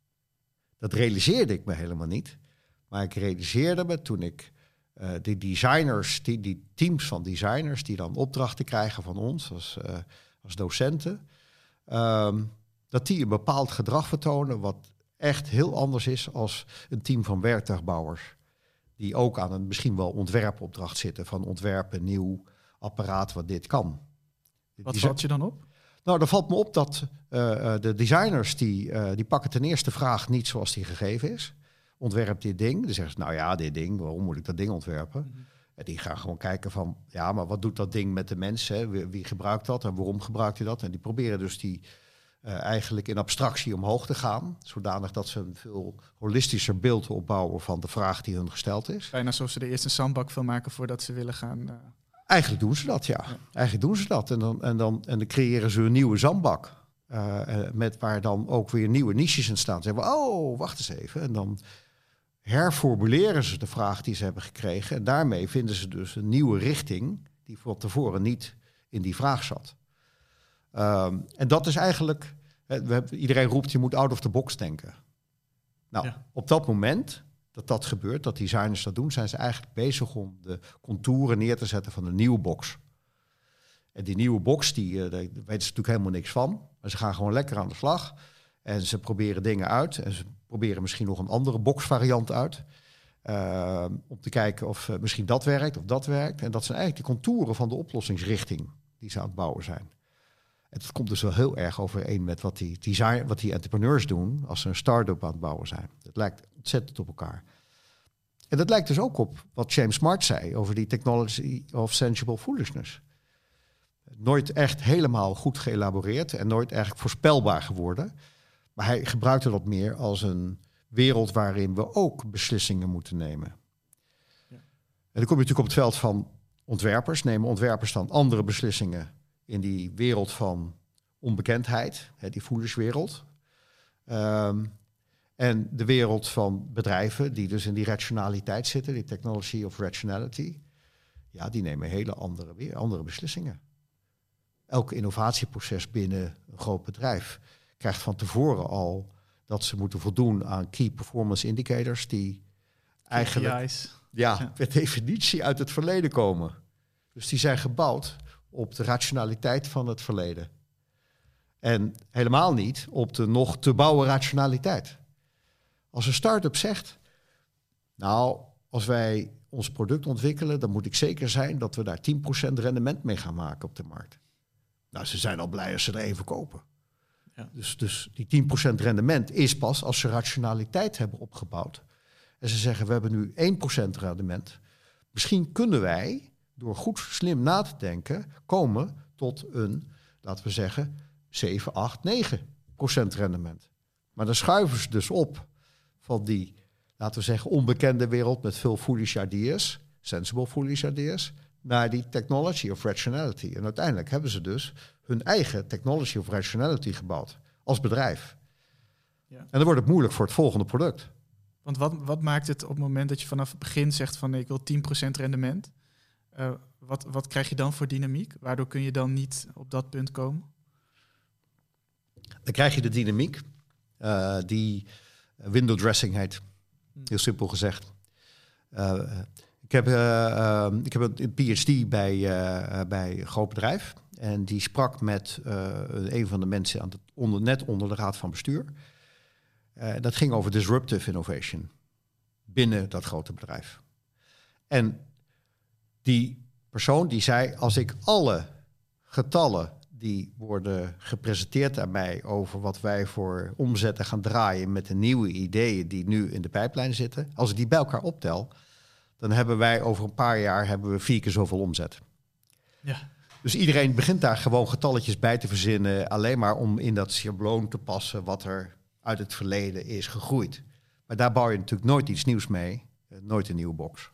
Speaker 2: Dat realiseerde ik me helemaal niet. Maar ik realiseerde me toen ik uh, die designers, die, die teams van designers, die dan opdrachten krijgen van ons als, uh, als docenten, um, dat die een bepaald gedrag vertonen wat echt heel anders is als een team van werktuigbouwers. Die ook aan een misschien wel ontwerpopdracht zitten van ontwerpen een nieuw apparaat wat dit kan.
Speaker 1: Wat valt je dan op?
Speaker 2: Nou, dan valt me op dat uh, de designers die, uh, die pakken ten eerste vraag niet zoals die gegeven is. Ontwerp dit ding. Dan zeggen ze, nou ja, dit ding, waarom moet ik dat ding ontwerpen? Mm-hmm. En die gaan gewoon kijken van, ja, maar wat doet dat ding met de mensen? Hè? Wie, wie gebruikt dat en waarom gebruikt hij dat? En die proberen dus die uh, eigenlijk in abstractie omhoog te gaan. Zodanig dat ze een veel holistischer beeld opbouwen van de vraag die hun gesteld is.
Speaker 1: Bijna alsof ze er eerst een zandbak van maken voordat ze willen gaan... Uh...
Speaker 2: Eigenlijk doen ze dat, ja. ja. Eigenlijk doen ze dat. En dan, en dan, en dan creëren ze een nieuwe zandbak. Uh, met waar dan ook weer nieuwe niches in staan. Ze zeggen, oh, wacht eens even. En dan herformuleren ze de vraag die ze hebben gekregen. En daarmee vinden ze dus een nieuwe richting die van tevoren niet in die vraag zat. Um, en dat is eigenlijk... We hebben, iedereen roept, je moet out of the box denken. Nou, ja. Op dat moment... dat dat gebeurt, dat designers dat doen, zijn ze eigenlijk bezig om de contouren neer te zetten van een nieuwe box. En die nieuwe box, die, uh, daar weten ze natuurlijk helemaal niks van. Maar ze gaan gewoon lekker aan de slag. En ze proberen dingen uit. En ze proberen misschien nog een andere boxvariant uit. Uh, om te kijken of uh, misschien dat werkt of dat werkt. En dat zijn eigenlijk de contouren van de oplossingsrichting die ze aan het bouwen zijn. En dat komt dus wel heel erg overeen met wat die, design, wat die entrepreneurs doen als ze een start-up aan het bouwen zijn. Het lijkt ontzettend op elkaar. En dat lijkt dus ook op wat James Smart zei over die technology of sensible foolishness. Nooit echt helemaal goed geëlaboreerd en nooit eigenlijk voorspelbaar geworden. Maar hij gebruikte dat meer als een wereld waarin we ook beslissingen moeten nemen. Ja. En dan kom je natuurlijk op het veld van ontwerpers. Nemen ontwerpers dan andere beslissingen in die wereld van onbekendheid, hè, die foolish-wereld. Um, en de wereld van bedrijven die dus in die rationaliteit zitten, die technology of rationality, ja, die nemen hele andere, weer andere beslissingen. Elk innovatieproces binnen een groot bedrijf krijgt van tevoren al dat ze moeten voldoen aan key performance indicators die eigenlijk ja, ja. per definitie uit het verleden komen. Dus die zijn gebouwd op de rationaliteit van het verleden. En helemaal niet op de nog te bouwen rationaliteit. Als een start-up zegt, nou, als wij ons product ontwikkelen, dan moet ik zeker zijn dat we daar tien procent rendement mee gaan maken op de markt. Nou, ze zijn al blij als ze er één verkopen. Ja. Dus, dus die tien procent rendement is pas als ze rationaliteit hebben opgebouwd. En ze zeggen, we hebben nu één procent rendement. Misschien kunnen wij, door goed slim na te denken, komen tot een, laten we zeggen, zeven, acht, negen procent rendement. Maar dan schuiven ze dus op van die, laten we zeggen, onbekende wereld met veel foolish ideas, sensible foolish ideas, naar die technology of rationality. En uiteindelijk hebben ze dus hun eigen technology of rationality gebouwd als bedrijf. Ja. En dan wordt het moeilijk voor het volgende product.
Speaker 1: Want wat, wat maakt het op het moment dat je vanaf het begin zegt van ik wil tien procent rendement, uh, wat, wat krijg je dan voor dynamiek? Waardoor kun je dan niet op dat punt komen?
Speaker 2: Dan krijg je de dynamiek uh, die window dressing heet. Heel simpel gezegd. Uh, ik, heb, uh, uh, ik heb een P H D bij, uh, bij een groot bedrijf. En die sprak met uh, een van de mensen aan het onder, net onder de raad van bestuur. Uh, dat ging over disruptive innovation binnen dat grote bedrijf. En die persoon die zei, als ik alle getallen die worden gepresenteerd aan mij over wat wij voor omzetten gaan draaien met de nieuwe ideeën die nu in de pijplijn zitten, als ik die bij elkaar optel, dan hebben wij over een paar jaar hebben we vier keer zoveel omzet.
Speaker 1: Ja.
Speaker 2: Dus iedereen begint daar gewoon getalletjes bij te verzinnen, alleen maar om in dat schabloon te passen wat er uit het verleden is gegroeid. Maar daar bouw je natuurlijk nooit iets nieuws mee, nooit een nieuwe box.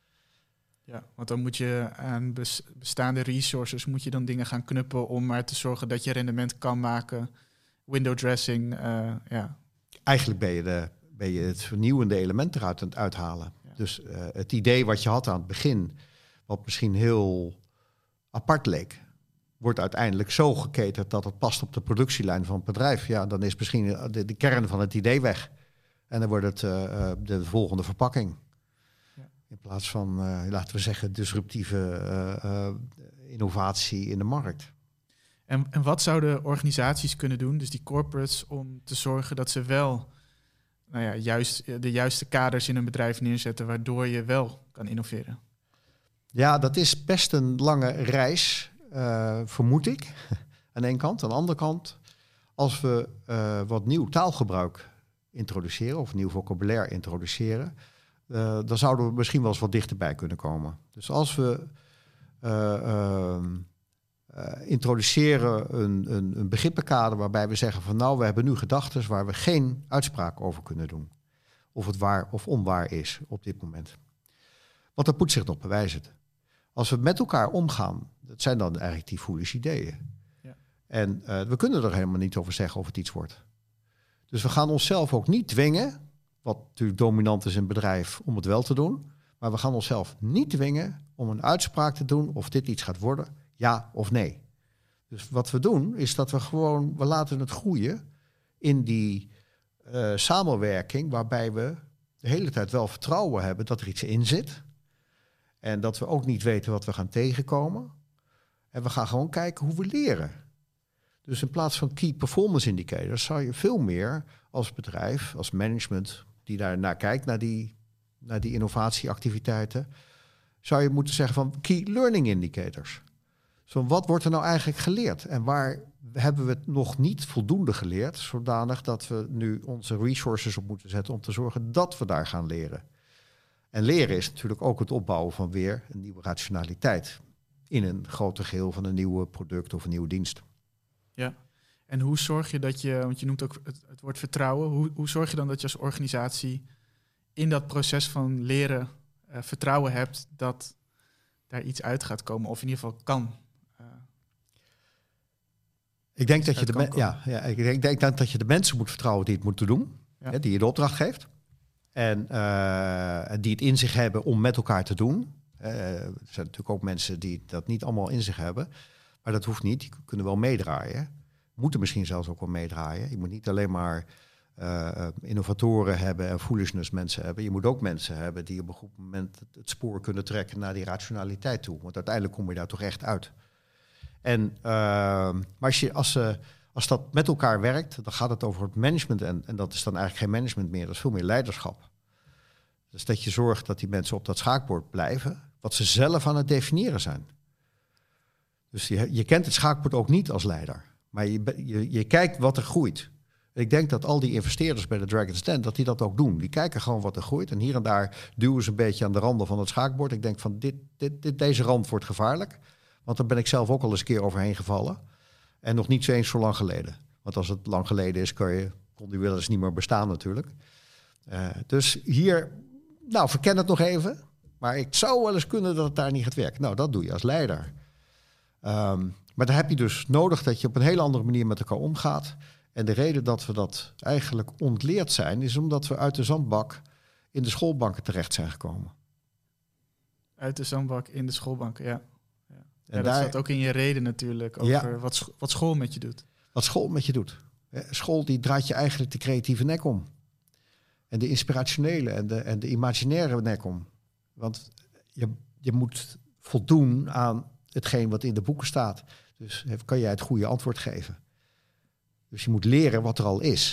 Speaker 1: Ja, want dan moet je aan bestaande resources moet je dan dingen gaan knuppen om maar te zorgen dat je rendement kan maken. Window dressing, uh, ja.
Speaker 2: Eigenlijk ben je, de, ben je het vernieuwende element eruit aan het uithalen. Ja. Dus uh, het idee wat je had aan het begin, wat misschien heel apart leek, wordt uiteindelijk zo geketerd dat het past op de productielijn van het bedrijf. Ja, dan is misschien de, de kern van het idee weg. En dan wordt het uh, de volgende verpakking. In plaats van, uh, laten we zeggen, disruptieve uh, uh, innovatie in de markt.
Speaker 1: En, en wat zouden organisaties kunnen doen, dus die corporates, om te zorgen dat ze wel nou ja, juist, de juiste kaders in een bedrijf neerzetten, waardoor je wel kan innoveren?
Speaker 2: Ja, dat is best een lange reis, uh, vermoed ik, aan één kant. Aan de andere kant, als we uh, wat nieuw taalgebruik introduceren of nieuw vocabulaire introduceren, Uh, dan zouden we misschien wel eens wat dichterbij kunnen komen. Dus als we uh, uh, uh, introduceren een, een, een begrippenkader waarbij we zeggen van nou, we hebben nu gedachten waar we geen uitspraak over kunnen doen. Of het waar of onwaar is op dit moment. Want dat moet zich nog bewijzen. Als we met elkaar omgaan, dat zijn dan eigenlijk die foolish ideeën. Ja. En uh, we kunnen er helemaal niet over zeggen of het iets wordt. Dus we gaan onszelf ook niet dwingen, wat natuurlijk dominant is in een bedrijf, om het wel te doen. Maar we gaan onszelf niet dwingen om een uitspraak te doen of dit iets gaat worden, ja of nee. Dus wat we doen, is dat we gewoon, we laten het groeien in die uh, samenwerking, waarbij we de hele tijd wel vertrouwen hebben dat er iets in zit. En dat we ook niet weten wat we gaan tegenkomen. En we gaan gewoon kijken hoe we leren. Dus in plaats van key performance indicators zou je veel meer als bedrijf, als management die daar naar kijkt, naar die, naar die innovatieactiviteiten, zou je moeten zeggen van key learning indicators. Zo, wat wordt er nou eigenlijk geleerd? En waar hebben we het nog niet voldoende geleerd, zodanig dat we nu onze resources op moeten zetten om te zorgen dat we daar gaan leren. En leren is natuurlijk ook het opbouwen van weer een nieuwe rationaliteit in een groter geheel van een nieuwe product of een nieuwe dienst.
Speaker 1: Ja. En hoe zorg je dat je, want je noemt ook het, het woord vertrouwen, hoe, hoe zorg je dan dat je als organisatie in dat proces van leren uh, vertrouwen hebt dat daar iets uit gaat komen, of in ieder geval kan? Uh,
Speaker 2: ik denk dat je de men, ja, ja, ik denk, denk dat je de mensen moet vertrouwen die het moeten doen, ja. hè, die je de opdracht geeft. En uh, die het in zich hebben om met elkaar te doen. Uh, er zijn natuurlijk ook mensen die dat niet allemaal in zich hebben. Maar dat hoeft niet, die kunnen wel meedraaien. Moeten misschien zelfs ook wel meedraaien. Je moet niet alleen maar uh, innovatoren hebben en foolishness mensen hebben. Je moet ook mensen hebben die op een goed moment het spoor kunnen trekken naar die rationaliteit toe. Want uiteindelijk kom je daar toch echt uit. En, uh, maar als, je, als, uh, als dat met elkaar werkt, dan gaat het over het management. En, en dat is dan eigenlijk geen management meer, dat is veel meer leiderschap. Dus dat je zorgt dat die mensen op dat schaakbord blijven, wat ze zelf aan het definiëren zijn. Dus je, je kent het schaakbord ook niet als leider. Maar je, je, je kijkt wat er groeit. En ik denk dat al die investeerders bij de Dragon's Den, dat die dat ook doen. Die kijken gewoon wat er groeit. En hier en daar duwen ze een beetje aan de randen van het schaakbord. Ik denk van, dit, dit, dit, deze rand wordt gevaarlijk. Want daar ben ik zelf ook al eens een keer overheen gevallen. En nog niet zo eens zo lang geleden. Want als het lang geleden is, kan je, kon die wel eens niet meer bestaan natuurlijk. Uh, dus hier, nou, verken het nog even. Maar ik zou wel eens kunnen dat het daar niet gaat werken. Nou, dat doe je als leider. Um, maar daar heb je dus nodig dat je op een hele andere manier met elkaar omgaat. En de reden dat we dat eigenlijk ontleerd zijn, is omdat we uit de zandbak in de schoolbanken terecht zijn gekomen.
Speaker 1: Uit de zandbak in de schoolbanken, ja. ja.
Speaker 2: En
Speaker 1: ja dat
Speaker 2: daar,
Speaker 1: staat ook in je reden natuurlijk, over ja, wat, scho- wat school met je doet.
Speaker 2: Wat school met je doet. School die draait je eigenlijk de creatieve nek om. En de inspirationele en de, en de imaginaire nek om. Want je, je moet voldoen aan hetgeen wat in de boeken staat. Dus kan jij het goede antwoord geven. Dus je moet leren wat er al is.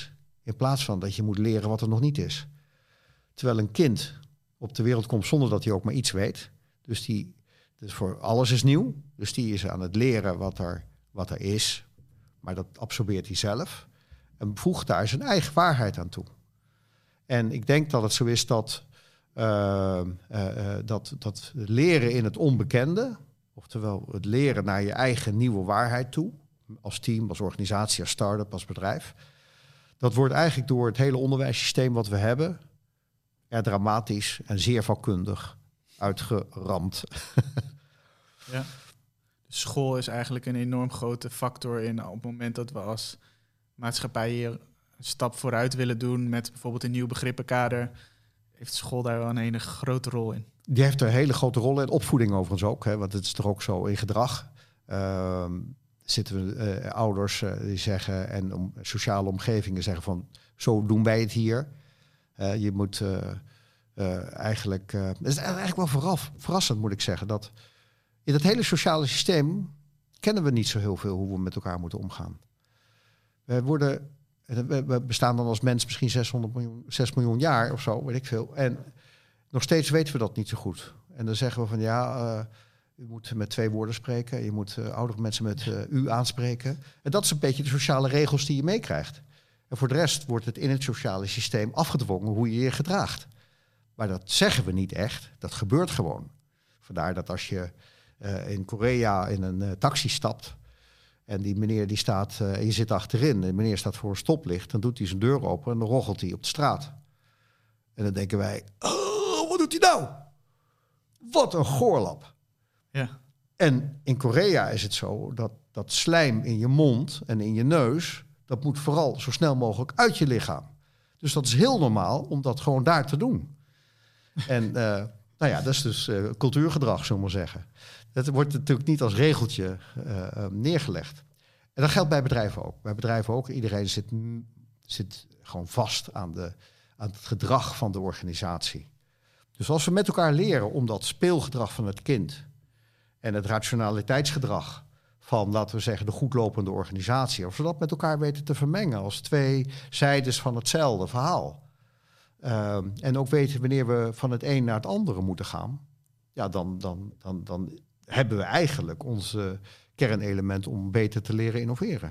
Speaker 2: In plaats van dat je moet leren wat er nog niet is. Terwijl een kind op de wereld komt zonder dat hij ook maar iets weet. Dus, die, dus voor alles is nieuw. Dus die is aan het leren wat er, wat er is. Maar dat absorbeert hij zelf. En voegt daar zijn eigen waarheid aan toe. En ik denk dat het zo is dat, uh, uh, uh, dat, dat leren in het onbekende, oftewel het leren naar je eigen nieuwe waarheid toe, als team, als organisatie, als start-up, als bedrijf, dat wordt eigenlijk door het hele onderwijssysteem wat we hebben er dramatisch en zeer vakkundig uitgeramd.
Speaker 1: Ja. De school is eigenlijk een enorm grote factor in op het moment dat we als maatschappij hier een stap vooruit willen doen met bijvoorbeeld een nieuw begrippenkader, heeft school daar wel een hele grote rol in.
Speaker 2: Die heeft een hele grote rol in. Opvoeding overigens ook, hè, want het is toch ook zo in gedrag. Uh, zitten we uh, ouders uh, die zeggen en om, sociale omgevingen zeggen van zo doen wij het hier. Uh, je moet uh, uh, eigenlijk... Uh, het is eigenlijk wel vooraf, verrassend, moet ik zeggen, dat in het hele sociale systeem kennen we niet zo heel veel hoe we met elkaar moeten omgaan. We worden... We bestaan dan als mens misschien zeshonderd miljoen, zes miljoen jaar of zo, weet ik veel. En nog steeds weten we dat niet zo goed. En dan zeggen we van ja, uh, u moet met twee woorden spreken. Je moet uh, oudere mensen met uh, u aanspreken. En dat is een beetje de sociale regels die je meekrijgt. En voor de rest wordt het in het sociale systeem afgedwongen hoe je je gedraagt. Maar dat zeggen we niet echt. Dat gebeurt gewoon. Vandaar dat als je uh, in Korea in een uh, taxi stapt en die meneer die staat, uh, je zit achterin, en de meneer staat voor een stoplicht, dan doet hij zijn deur open en dan roggelt hij op de straat. En dan denken wij, oh, wat doet hij nou? Wat een goorlap.
Speaker 1: Ja.
Speaker 2: En in Korea is het zo dat dat slijm in je mond en in je neus, dat moet vooral zo snel mogelijk uit je lichaam. Dus dat is heel normaal om dat gewoon daar te doen. En uh, nou ja, dat is dus uh, cultuurgedrag, zullen we maar zeggen. Dat wordt natuurlijk niet als regeltje uh, neergelegd. En dat geldt bij bedrijven ook. Bij bedrijven ook. Iedereen zit, zit gewoon vast aan, de, aan het gedrag van de organisatie. Dus als we met elkaar leren om dat speelgedrag van het kind en het rationaliteitsgedrag van, laten we zeggen, de goedlopende organisatie, als we dat met elkaar weten te vermengen als twee zijdes van hetzelfde verhaal. Uh, en ook weten wanneer we van het een naar het andere moeten gaan, ja, dan, dan, dan, dan hebben we eigenlijk onze kernelement om beter te leren innoveren.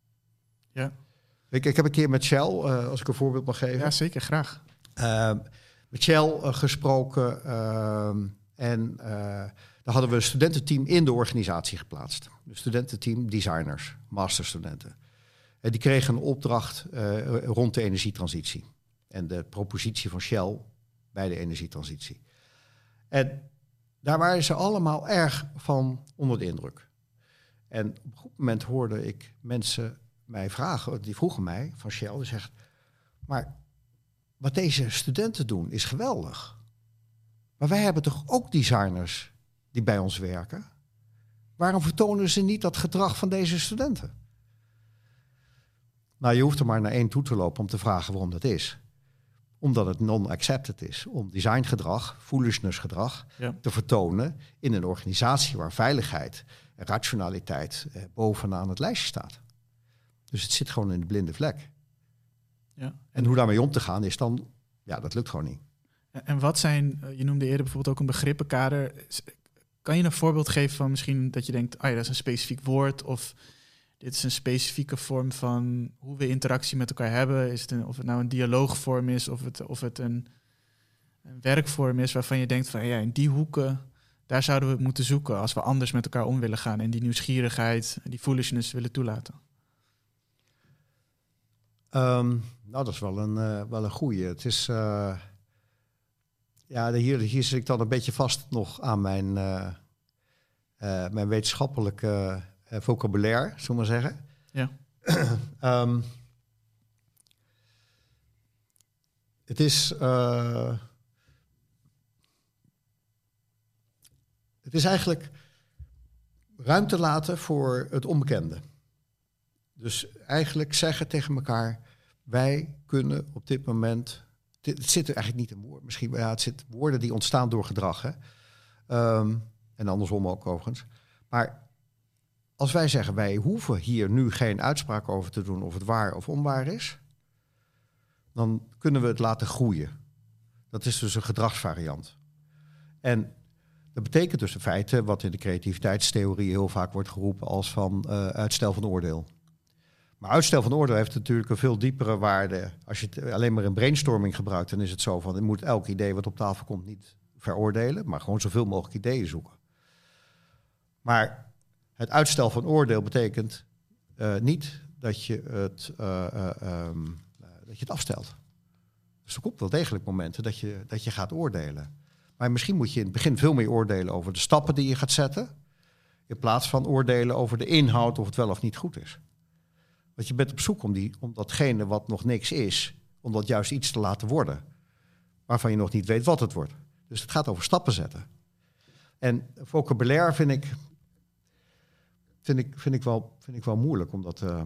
Speaker 1: Ja.
Speaker 2: Ik, ik heb een keer met Shell, uh, als ik een voorbeeld mag geven.
Speaker 1: Ja, zeker, graag.
Speaker 2: Uh, met Shell uh, gesproken uh, en uh, daar hadden we een studententeam in de organisatie geplaatst. Een studententeam designers, masterstudenten. En die kregen een opdracht uh, rond de energietransitie en de propositie van Shell bij de energietransitie. En daar waren ze allemaal erg van onder de indruk. En op een goed moment hoorde ik mensen mij vragen, die vroegen mij van Shell, die zegt, maar wat deze studenten doen is geweldig. Maar wij hebben toch ook designers die bij ons werken? Waarom vertonen ze niet dat gedrag van deze studenten? Nou, je hoeft er maar naar één toe te lopen om te vragen waarom dat is. Omdat het non-accepted is om designgedrag, foolishnessgedrag, ja, te vertonen in een organisatie waar veiligheid en rationaliteit eh, bovenaan het lijstje staat. Dus het zit gewoon in de blinde vlek.
Speaker 1: Ja.
Speaker 2: En hoe daarmee om te gaan is dan, ja, dat lukt gewoon niet.
Speaker 1: En wat zijn, je noemde eerder bijvoorbeeld ook een begrippenkader. Kan je een voorbeeld geven van misschien dat je denkt, ah ja, dat is een specifiek woord, of dit is een specifieke vorm van hoe we interactie met elkaar hebben. Is het een, of het nou een dialoogvorm is, of het, of het een, een werkvorm is waarvan je denkt van ja, in die hoeken, daar zouden we het moeten zoeken als we anders met elkaar om willen gaan en die nieuwsgierigheid en die foolishness willen toelaten.
Speaker 2: Um, nou, dat is wel een, uh, wel een goeie. Het is, uh, ja, hier, hier zit ik dan een beetje vast nog aan mijn, uh, uh, mijn wetenschappelijke uh, vocabulaire, zullen we maar zeggen.
Speaker 1: Ja.
Speaker 2: um, het is, uh, het is eigenlijk ruimte laten voor het onbekende. Dus eigenlijk zeggen tegen elkaar, wij kunnen op dit moment, dit, het zit er eigenlijk niet in woorden, misschien ja, het zit woorden die ontstaan door gedrag, hè? Um, en andersom ook overigens. Maar als wij zeggen, wij hoeven hier nu geen uitspraak over te doen of het waar of onwaar is, dan kunnen we het laten groeien. Dat is dus een gedragsvariant. En dat betekent dus in feite, wat in de creativiteitstheorie heel vaak wordt geroepen als van uh, uitstel van oordeel. Maar uitstel van oordeel heeft natuurlijk een veel diepere waarde. Als je het alleen maar in brainstorming gebruikt, dan is het zo van, je moet elk idee wat op tafel komt niet veroordelen, maar gewoon zoveel mogelijk ideeën zoeken. Maar het uitstel van oordeel betekent uh, niet dat je het, uh, uh, um, uh, dat je het afstelt. Dus er komt wel degelijk momenten dat je, dat je gaat oordelen. Maar misschien moet je in het begin veel meer oordelen over de stappen die je gaat zetten, in plaats van oordelen over de inhoud of het wel of niet goed is. Want je bent op zoek om, die, om datgene wat nog niks is, om dat juist iets te laten worden, waarvan je nog niet weet wat het wordt. Dus het gaat over stappen zetten. En vocabulaire vind ik, vind ik, vind ik, wel, vind ik wel moeilijk, omdat, uh, dat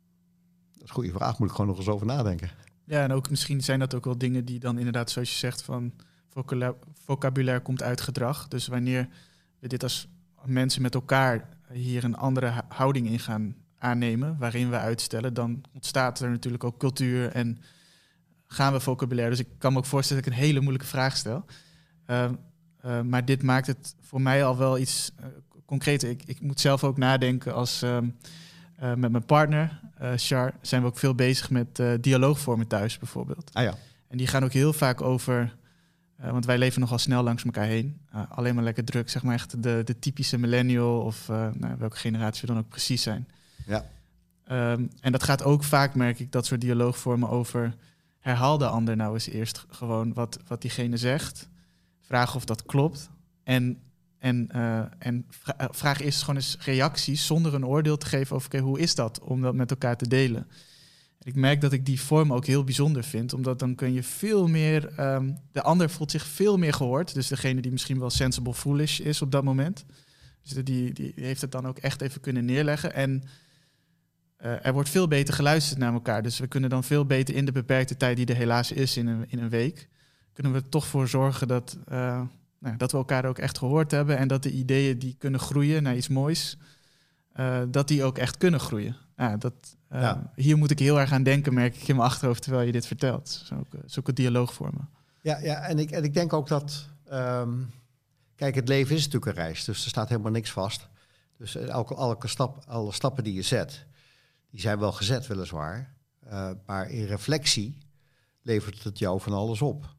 Speaker 2: is een goede vraag, moet ik gewoon nog eens over nadenken.
Speaker 1: Ja, en ook misschien zijn dat ook wel dingen die dan inderdaad, zoals je zegt, van vocabulaire, vocabulaire komt uit gedrag. Dus wanneer we dit als mensen met elkaar hier een andere houding in gaan aannemen, waarin we uitstellen, dan ontstaat er natuurlijk ook cultuur en gaan we vocabulaire. Dus ik kan me ook voorstellen dat ik een hele moeilijke vraag stel. Uh, uh, maar dit maakt het voor mij al wel iets uh, concreter. Ik, ik moet zelf ook nadenken als um, uh, met mijn partner, uh, Char, zijn we ook veel bezig met uh, dialoogvormen thuis bijvoorbeeld.
Speaker 2: Ah ja.
Speaker 1: En die gaan ook heel vaak over, uh, want wij leven nogal snel langs elkaar heen. Uh, alleen maar lekker druk, zeg maar echt de, de typische millennial of uh, nou, welke generatie we dan ook precies zijn.
Speaker 2: Ja.
Speaker 1: Um, en dat gaat ook vaak, merk ik, dat soort dialoogvormen over, herhaal de ander nou eens eerst gewoon wat, wat diegene zegt. Vraag of dat klopt. En, en, uh, en vra- vraag eerst gewoon eens reacties zonder een oordeel te geven over, oké, okay, hoe is dat om dat met elkaar te delen? En ik merk dat ik die vorm ook heel bijzonder vind, omdat dan kun je veel meer, um, de ander voelt zich veel meer gehoord. Dus degene die misschien wel sensible foolish is op dat moment. Dus die, die heeft het dan ook echt even kunnen neerleggen. En Uh, er wordt veel beter geluisterd naar elkaar. Dus we kunnen dan veel beter in de beperkte tijd die er helaas is in een, in een week, kunnen we er toch voor zorgen dat, uh, nou, dat we elkaar ook echt gehoord hebben en dat de ideeën die kunnen groeien naar iets moois, uh, dat die ook echt kunnen groeien. Uh, dat, uh, ja. Hier moet ik heel erg aan denken, merk ik in mijn achterhoofd terwijl je dit vertelt. Zulke, zulke dialoogvormen.
Speaker 2: Ja, ja en, ik, en ik denk ook dat, um, kijk, het leven is natuurlijk een reis, dus er staat helemaal niks vast. Dus elke, elke stap, alle stappen die je zet, die zijn wel gezet, weliswaar. Uh, maar in reflectie levert het jou van alles op.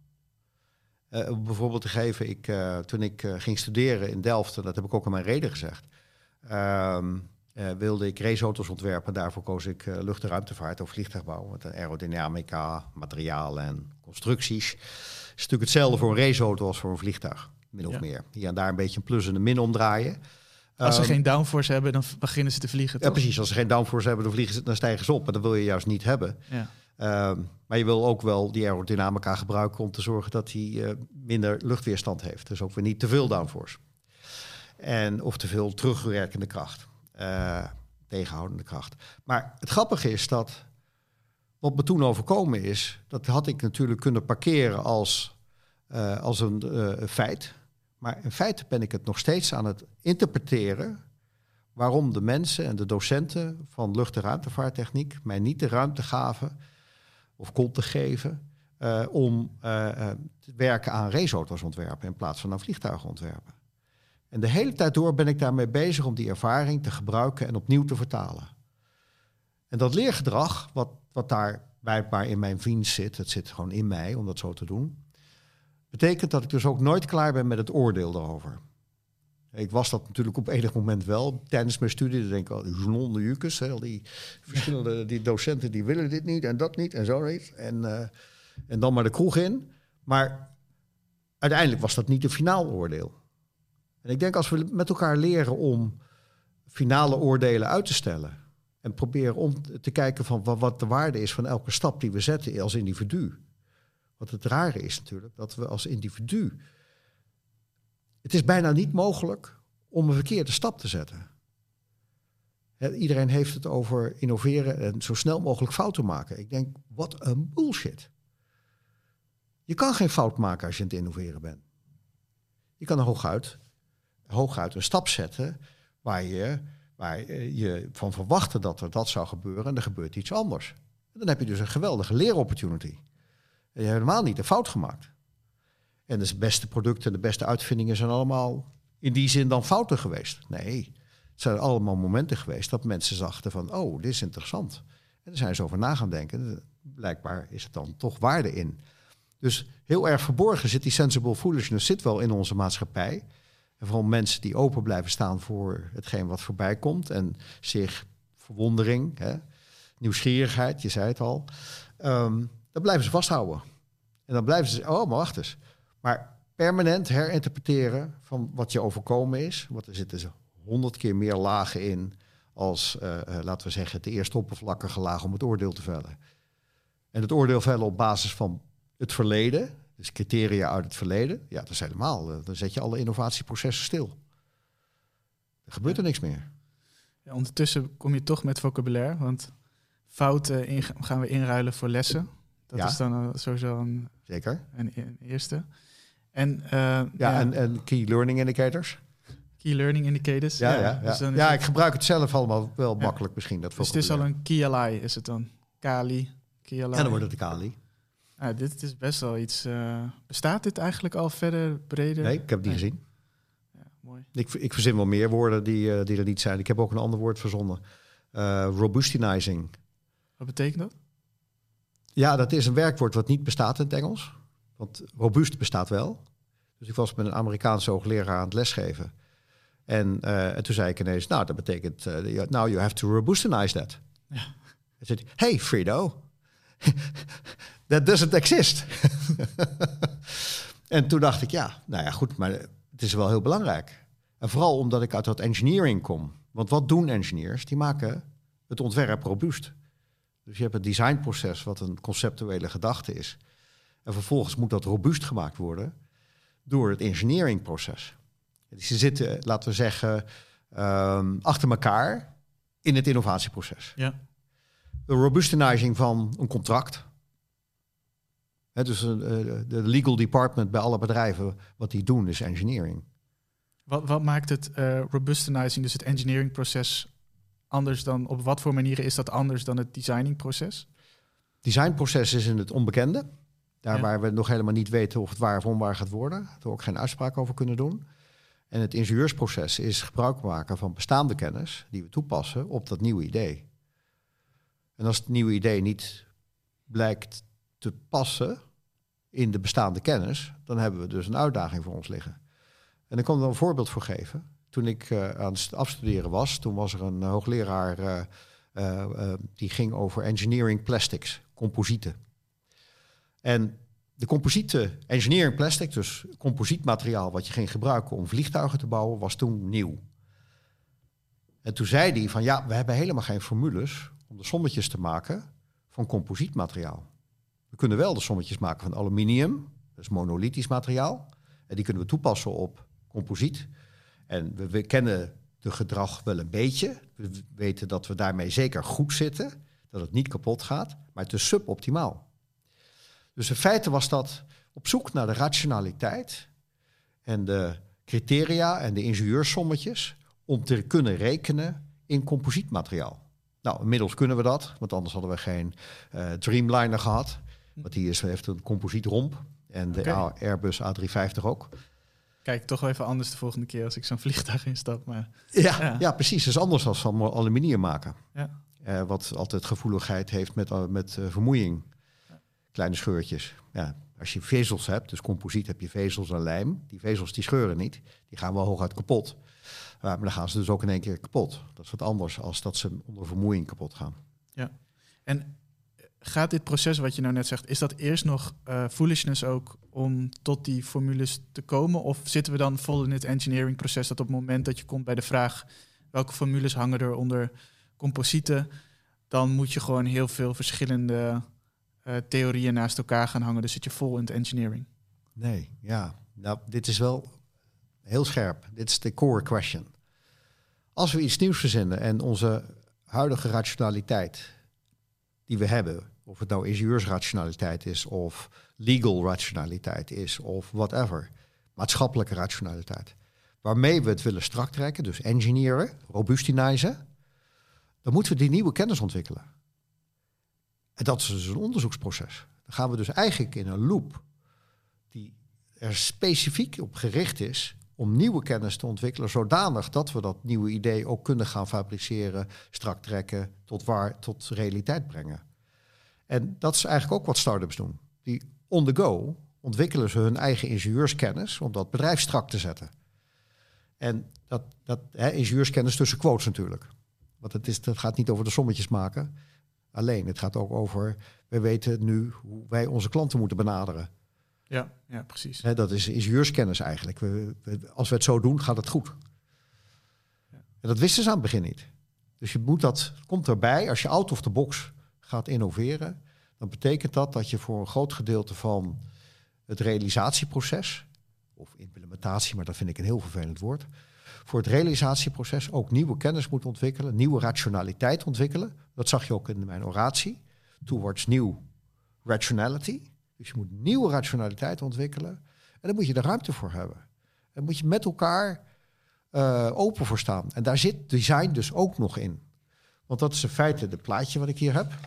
Speaker 2: Uh, om bijvoorbeeld te geven, ik, uh, toen ik uh, ging studeren in Delft, en dat heb ik ook in mijn reden gezegd, uh, uh, wilde ik raceauto's ontwerpen. Daarvoor koos ik uh, lucht- en ruimtevaart of vliegtuigbouw. Met aerodynamica, materialen en constructies. Het is natuurlijk hetzelfde voor een raceauto als voor een vliegtuig, min of ja. meer. Hier en daar een beetje een plus en een min omdraaien.
Speaker 1: Als ze
Speaker 2: um,
Speaker 1: geen downforce hebben, dan beginnen ze te vliegen, toch?
Speaker 2: Ja, precies. Als ze geen downforce hebben, dan, vliegen ze, dan stijgen ze op. En dat wil je juist niet hebben. Ja. Um, maar je wil ook wel die aerodynamica gebruiken om te zorgen dat hij uh, minder luchtweerstand heeft. Dus ook weer niet te veel downforce. En, of te veel terugwerkende kracht. Uh, tegenhoudende kracht. Maar het grappige is dat wat me toen overkomen is, dat had ik natuurlijk kunnen parkeren als, uh, als een uh, feit. Maar in feite ben ik het nog steeds aan het interpreteren waarom de mensen en de docenten van lucht- en ruimtevaarttechniek mij niet de ruimte gaven of konden geven uh, om uh, uh, te werken aan raceauto's ontwerpen in plaats van aan vliegtuigen ontwerpen. En de hele tijd door ben ik daarmee bezig om die ervaring te gebruiken en opnieuw te vertalen. En dat leergedrag, wat, wat daar blijkbaar in mijn vriend zit, het zit gewoon in mij om dat zo te doen, betekent dat ik dus ook nooit klaar ben met het oordeel daarover. Ik was dat natuurlijk op enig moment wel. Tijdens mijn studie dan denk ik al, die Zolonde Jukes, al die verschillende die docenten die willen dit niet en dat niet en zo niet. En, uh, en dan maar de kroeg in. Maar uiteindelijk was dat niet een finaal oordeel. En ik denk als we met elkaar leren om finale oordelen uit te stellen en proberen om te kijken van wat de waarde is van elke stap die we zetten als individu. Wat het rare is natuurlijk, dat we als individu, het is bijna niet mogelijk om een verkeerde stap te zetten. He, iedereen heeft het over innoveren en zo snel mogelijk fouten maken. Ik denk, wat een bullshit. Je kan geen fout maken als je aan het innoveren bent. Je kan er hooguit, hooguit een stap zetten waar je, waar je van verwachtte dat er dat zou gebeuren en er gebeurt iets anders. En dan heb je dus een geweldige leeropportunity. En je hebt helemaal niet een fout gemaakt. En dus de beste producten en de beste uitvindingen zijn allemaal in die zin dan fouten geweest. Nee, het zijn allemaal momenten geweest dat mensen zachten van, oh, dit is interessant. En daar zijn ze over na gaan denken. Blijkbaar is het dan toch waarde in. Dus heel erg verborgen zit die sensible foolishness zit wel in onze maatschappij. En vooral mensen die open blijven staan voor hetgeen wat voorbij komt. En zich verwondering, hè, nieuwsgierigheid, je zei het al. Um, dan blijven ze vasthouden. En dan blijven ze, oh, maar wacht eens. Maar permanent herinterpreteren van wat je overkomen is. Want er zitten ze honderd keer meer lagen in als, uh, uh, laten we zeggen, de eerste oppervlakkige laag om het oordeel te vellen. En het oordeel vellen op basis van het verleden, dus criteria uit het verleden, ja, dat is helemaal, uh, dan zet je alle innovatieprocessen stil. Er gebeurt er niks meer.
Speaker 1: Ja, ondertussen kom je toch met vocabulaire, want fouten in, gaan we inruilen voor lessen. Dat
Speaker 2: ja.
Speaker 1: is dan uh, sowieso een,
Speaker 2: Zeker.
Speaker 1: een, een eerste. En, uh,
Speaker 2: ja,
Speaker 1: ja,
Speaker 2: en, en key learning indicators.
Speaker 1: Key learning indicators.
Speaker 2: Ja,
Speaker 1: Ja,
Speaker 2: ja, ja.
Speaker 1: dus dan is
Speaker 2: ja
Speaker 1: het,
Speaker 2: ik gebruik het zelf allemaal wel
Speaker 1: ja.
Speaker 2: makkelijk misschien. Dat
Speaker 1: dus het is al een K L I, is het dan? Kali, K L I.
Speaker 2: En dan wordt het de Kali.
Speaker 1: Ja, dit is best wel iets... Uh, bestaat dit eigenlijk al verder, breder?
Speaker 2: Nee, ik heb die
Speaker 1: nee.
Speaker 2: gezien.
Speaker 1: Ja, mooi.
Speaker 2: Ik, ik verzin wel meer woorden die, uh, die er niet zijn. Ik heb ook een ander woord verzonnen. Uh, robustinizing.
Speaker 1: Wat betekent dat?
Speaker 2: Ja, dat is een werkwoord wat niet bestaat in het Engels. Want robuust bestaat wel. Dus ik was met een Amerikaanse hoogleraar aan het lesgeven. En, uh, en toen zei ik ineens, nou, dat betekent... Uh, now you have to robustinize that.
Speaker 1: Ja.
Speaker 2: Hij zei, hey Frido, that doesn't exist. En toen dacht ik, ja, nou ja, goed, maar het is wel heel belangrijk. En vooral omdat ik uit dat engineering kom. Want wat doen engineers? Die maken het ontwerp robuust. Dus je hebt het designproces wat een conceptuele gedachte is. En vervolgens moet dat robuust gemaakt worden door het engineeringproces. Dus ze zitten, laten we zeggen, um, achter elkaar in het innovatieproces.
Speaker 1: Ja.
Speaker 2: De robustinizing van een contract. He, dus uh, de legal department bij alle bedrijven, wat die doen, is engineering.
Speaker 1: Wat, wat maakt het uh, robustinizing, dus het engineeringproces, anders dan, op wat voor manieren is dat anders dan het designingproces?
Speaker 2: Designproces is in het onbekende. Daar
Speaker 1: Ja.
Speaker 2: waar we nog helemaal niet weten of het waar of onwaar gaat worden. Daar we ook geen uitspraak over kunnen doen. En het ingenieursproces is gebruik maken van bestaande kennis die we toepassen op dat nieuwe idee. En als het nieuwe idee niet blijkt te passen in de bestaande kennis, dan hebben we dus een uitdaging voor ons liggen. En ik kan er een voorbeeld voor geven. Toen ik uh, aan het afstuderen was, toen was er een uh, hoogleraar uh, uh, uh, die ging over engineering plastics, composieten. En de composiete engineering plastic, dus composietmateriaal wat je ging gebruiken om vliegtuigen te bouwen, was toen nieuw. En toen zei hij van ja, we hebben helemaal geen formules om de sommetjes te maken van composietmateriaal. We kunnen wel de sommetjes maken van aluminium, dat is monolithisch materiaal. En die kunnen we toepassen op composiet. En we, we kennen de gedrag wel een beetje. We weten dat we daarmee zeker goed zitten, dat het niet kapot gaat, maar het is suboptimaal. Dus in feite was dat op zoek naar de rationaliteit en de criteria en de ingenieurssommetjes om te kunnen rekenen in composietmateriaal. Nou, inmiddels kunnen we dat, want anders hadden we geen uh, Dreamliner gehad. Want die is, heeft een composietromp en de okay. Airbus A driehonderdvijftig ook.
Speaker 1: Kijk, toch wel even anders de volgende keer als ik zo'n vliegtuig instap. Maar,
Speaker 2: ja, ja. ja, precies. Het is anders dan van aluminium maken.
Speaker 1: Ja.
Speaker 2: Uh, wat altijd gevoeligheid heeft met, uh, met uh, vermoeiing. Kleine scheurtjes. Ja, als je vezels hebt, dus composiet heb je vezels en lijm. Die vezels die scheuren niet. Die gaan wel hooguit kapot. Uh, maar dan gaan ze dus ook in één keer kapot. Dat is wat anders als dat ze onder vermoeiing kapot gaan.
Speaker 1: Ja. En gaat dit proces wat je nou net zegt, is dat eerst nog uh, foolishness ook om tot die formules te komen? Of zitten we dan vol in het engineering proces dat op het moment dat je komt bij de vraag welke formules hangen er onder composieten, dan moet je gewoon heel veel verschillende Uh, theorieën naast elkaar gaan hangen. Dus zit je vol in het engineering.
Speaker 2: Nee, ja. Nou, dit is wel heel scherp. Dit is de core question. Als we iets nieuws verzinnen en onze huidige rationaliteit die we hebben, of het nou ingenieursrationaliteit is of legal rationaliteit is of whatever, maatschappelijke rationaliteit, waarmee we het willen strak trekken, dus engineeren, robustinizen, dan moeten we die nieuwe kennis ontwikkelen. En dat is dus een onderzoeksproces. Dan gaan we dus eigenlijk in een loop die er specifiek op gericht is om nieuwe kennis te ontwikkelen, zodanig dat we dat nieuwe idee ook kunnen gaan fabriceren, strak trekken, tot waar, tot realiteit brengen. En dat is eigenlijk ook wat start-ups doen. Die on the go ontwikkelen ze hun eigen ingenieurskennis om dat bedrijf strak te zetten. En dat, dat hè, ingenieurskennis tussen quotes natuurlijk. Want het, is, het gaat niet over de sommetjes maken. Alleen, het gaat ook over, we weten nu hoe wij onze klanten moeten benaderen.
Speaker 1: Ja, ja, precies.
Speaker 2: Hè, dat is ingenieurskennis eigenlijk. We, we, als we het zo doen, gaat het goed. Ja. En dat wisten ze aan het begin niet. Dus je moet dat, komt erbij, als je out of the box gaat innoveren, dan betekent dat dat je voor een groot gedeelte van het realisatieproces, of implementatie, maar dat vind ik een heel vervelend woord, voor het realisatieproces ook nieuwe kennis moet ontwikkelen, nieuwe rationaliteit ontwikkelen. Dat zag je ook in mijn oratie. Towards new rationality. Dus je moet nieuwe rationaliteit ontwikkelen. En daar moet je de ruimte voor hebben. En daar moet je met elkaar uh, open voor staan. En daar zit design dus ook nog in. Want dat is in feite het plaatje wat ik hier heb.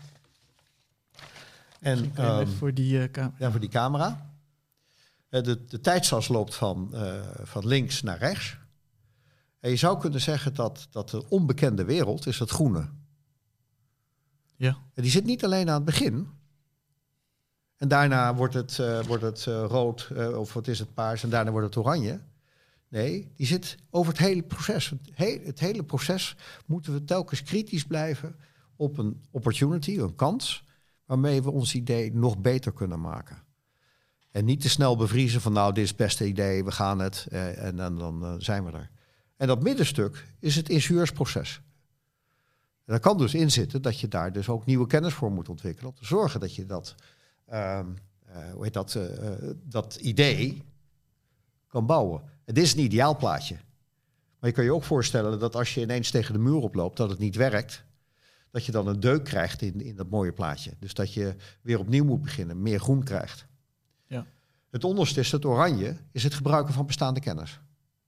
Speaker 2: En um,
Speaker 1: voor die, uh, cam-
Speaker 2: ja, voor die camera. Uh, de, de tijdsas loopt van, uh, van links naar rechts. En je zou kunnen zeggen dat, dat de onbekende wereld is het groene.
Speaker 1: Ja.
Speaker 2: En die zit niet alleen aan het begin. En daarna wordt het, uh, wordt het uh, rood, uh, of wat is het, paars, en daarna wordt het oranje. Nee, die zit over het hele proces. Het, he- het hele proces moeten we telkens kritisch blijven op een opportunity, een kans, waarmee we ons idee nog beter kunnen maken. En niet te snel bevriezen van nou, dit is het beste idee, we gaan het, uh, en, en dan uh, zijn we er. En dat middenstuk is het ingenieursproces. En daar kan dus in zitten dat je daar dus ook nieuwe kennis voor moet ontwikkelen, om te zorgen dat je dat, uh, uh, hoe heet dat, uh, dat idee kan bouwen. En dit is een ideaal plaatje. Maar je kan je ook voorstellen dat als je ineens tegen de muur oploopt, dat het niet werkt, dat je dan een deuk krijgt in, in dat mooie plaatje. Dus dat je weer opnieuw moet beginnen, meer groen krijgt.
Speaker 1: Ja.
Speaker 2: Het onderste is het oranje, is het gebruiken van bestaande kennis.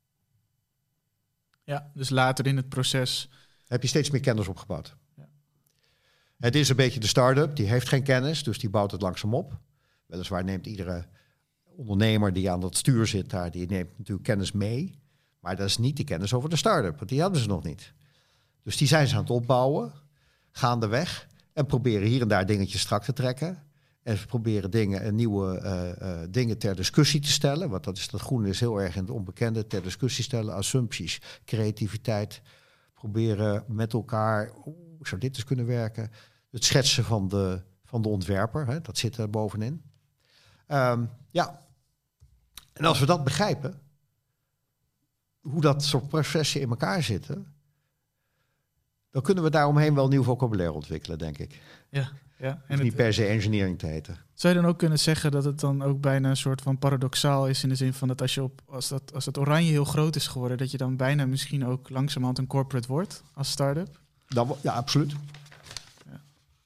Speaker 1: Ja, dus later in het proces
Speaker 2: heb je steeds meer kennis opgebouwd.
Speaker 1: Ja.
Speaker 2: Het is een beetje de start-up, die heeft geen kennis, dus die bouwt het langzaam op. Weliswaar neemt iedere ondernemer die aan dat stuur zit daar, die neemt natuurlijk kennis mee. Maar dat is niet de kennis over de start-up, want die hadden ze nog niet. Dus die zijn ze aan het opbouwen, gaandeweg, en proberen hier en daar dingetjes strak te trekken. En ze proberen dingen, nieuwe uh, uh, dingen ter discussie te stellen. Want dat, is, dat groene is heel erg in het onbekende. Ter discussie stellen, assumpties, creativiteit. Proberen met elkaar, hoe zou dit eens kunnen werken? Het schetsen van de, van de ontwerper, hè, dat zit er bovenin. Um, ja, en als we dat begrijpen, hoe dat soort processen in elkaar zitten, dan kunnen we daaromheen wel nieuw vocabulaire ontwikkelen, denk ik.
Speaker 1: Ja, ja. En
Speaker 2: niet
Speaker 1: het,
Speaker 2: per se engineering te heten.
Speaker 1: zou je dan ook kunnen zeggen dat het dan ook bijna een soort van paradoxaal is, in de zin van dat als je op als dat als het oranje heel groot is geworden, dat je dan bijna misschien ook langzamerhand een corporate wordt als start-up?
Speaker 2: Dan, ja, absoluut.
Speaker 1: Ja.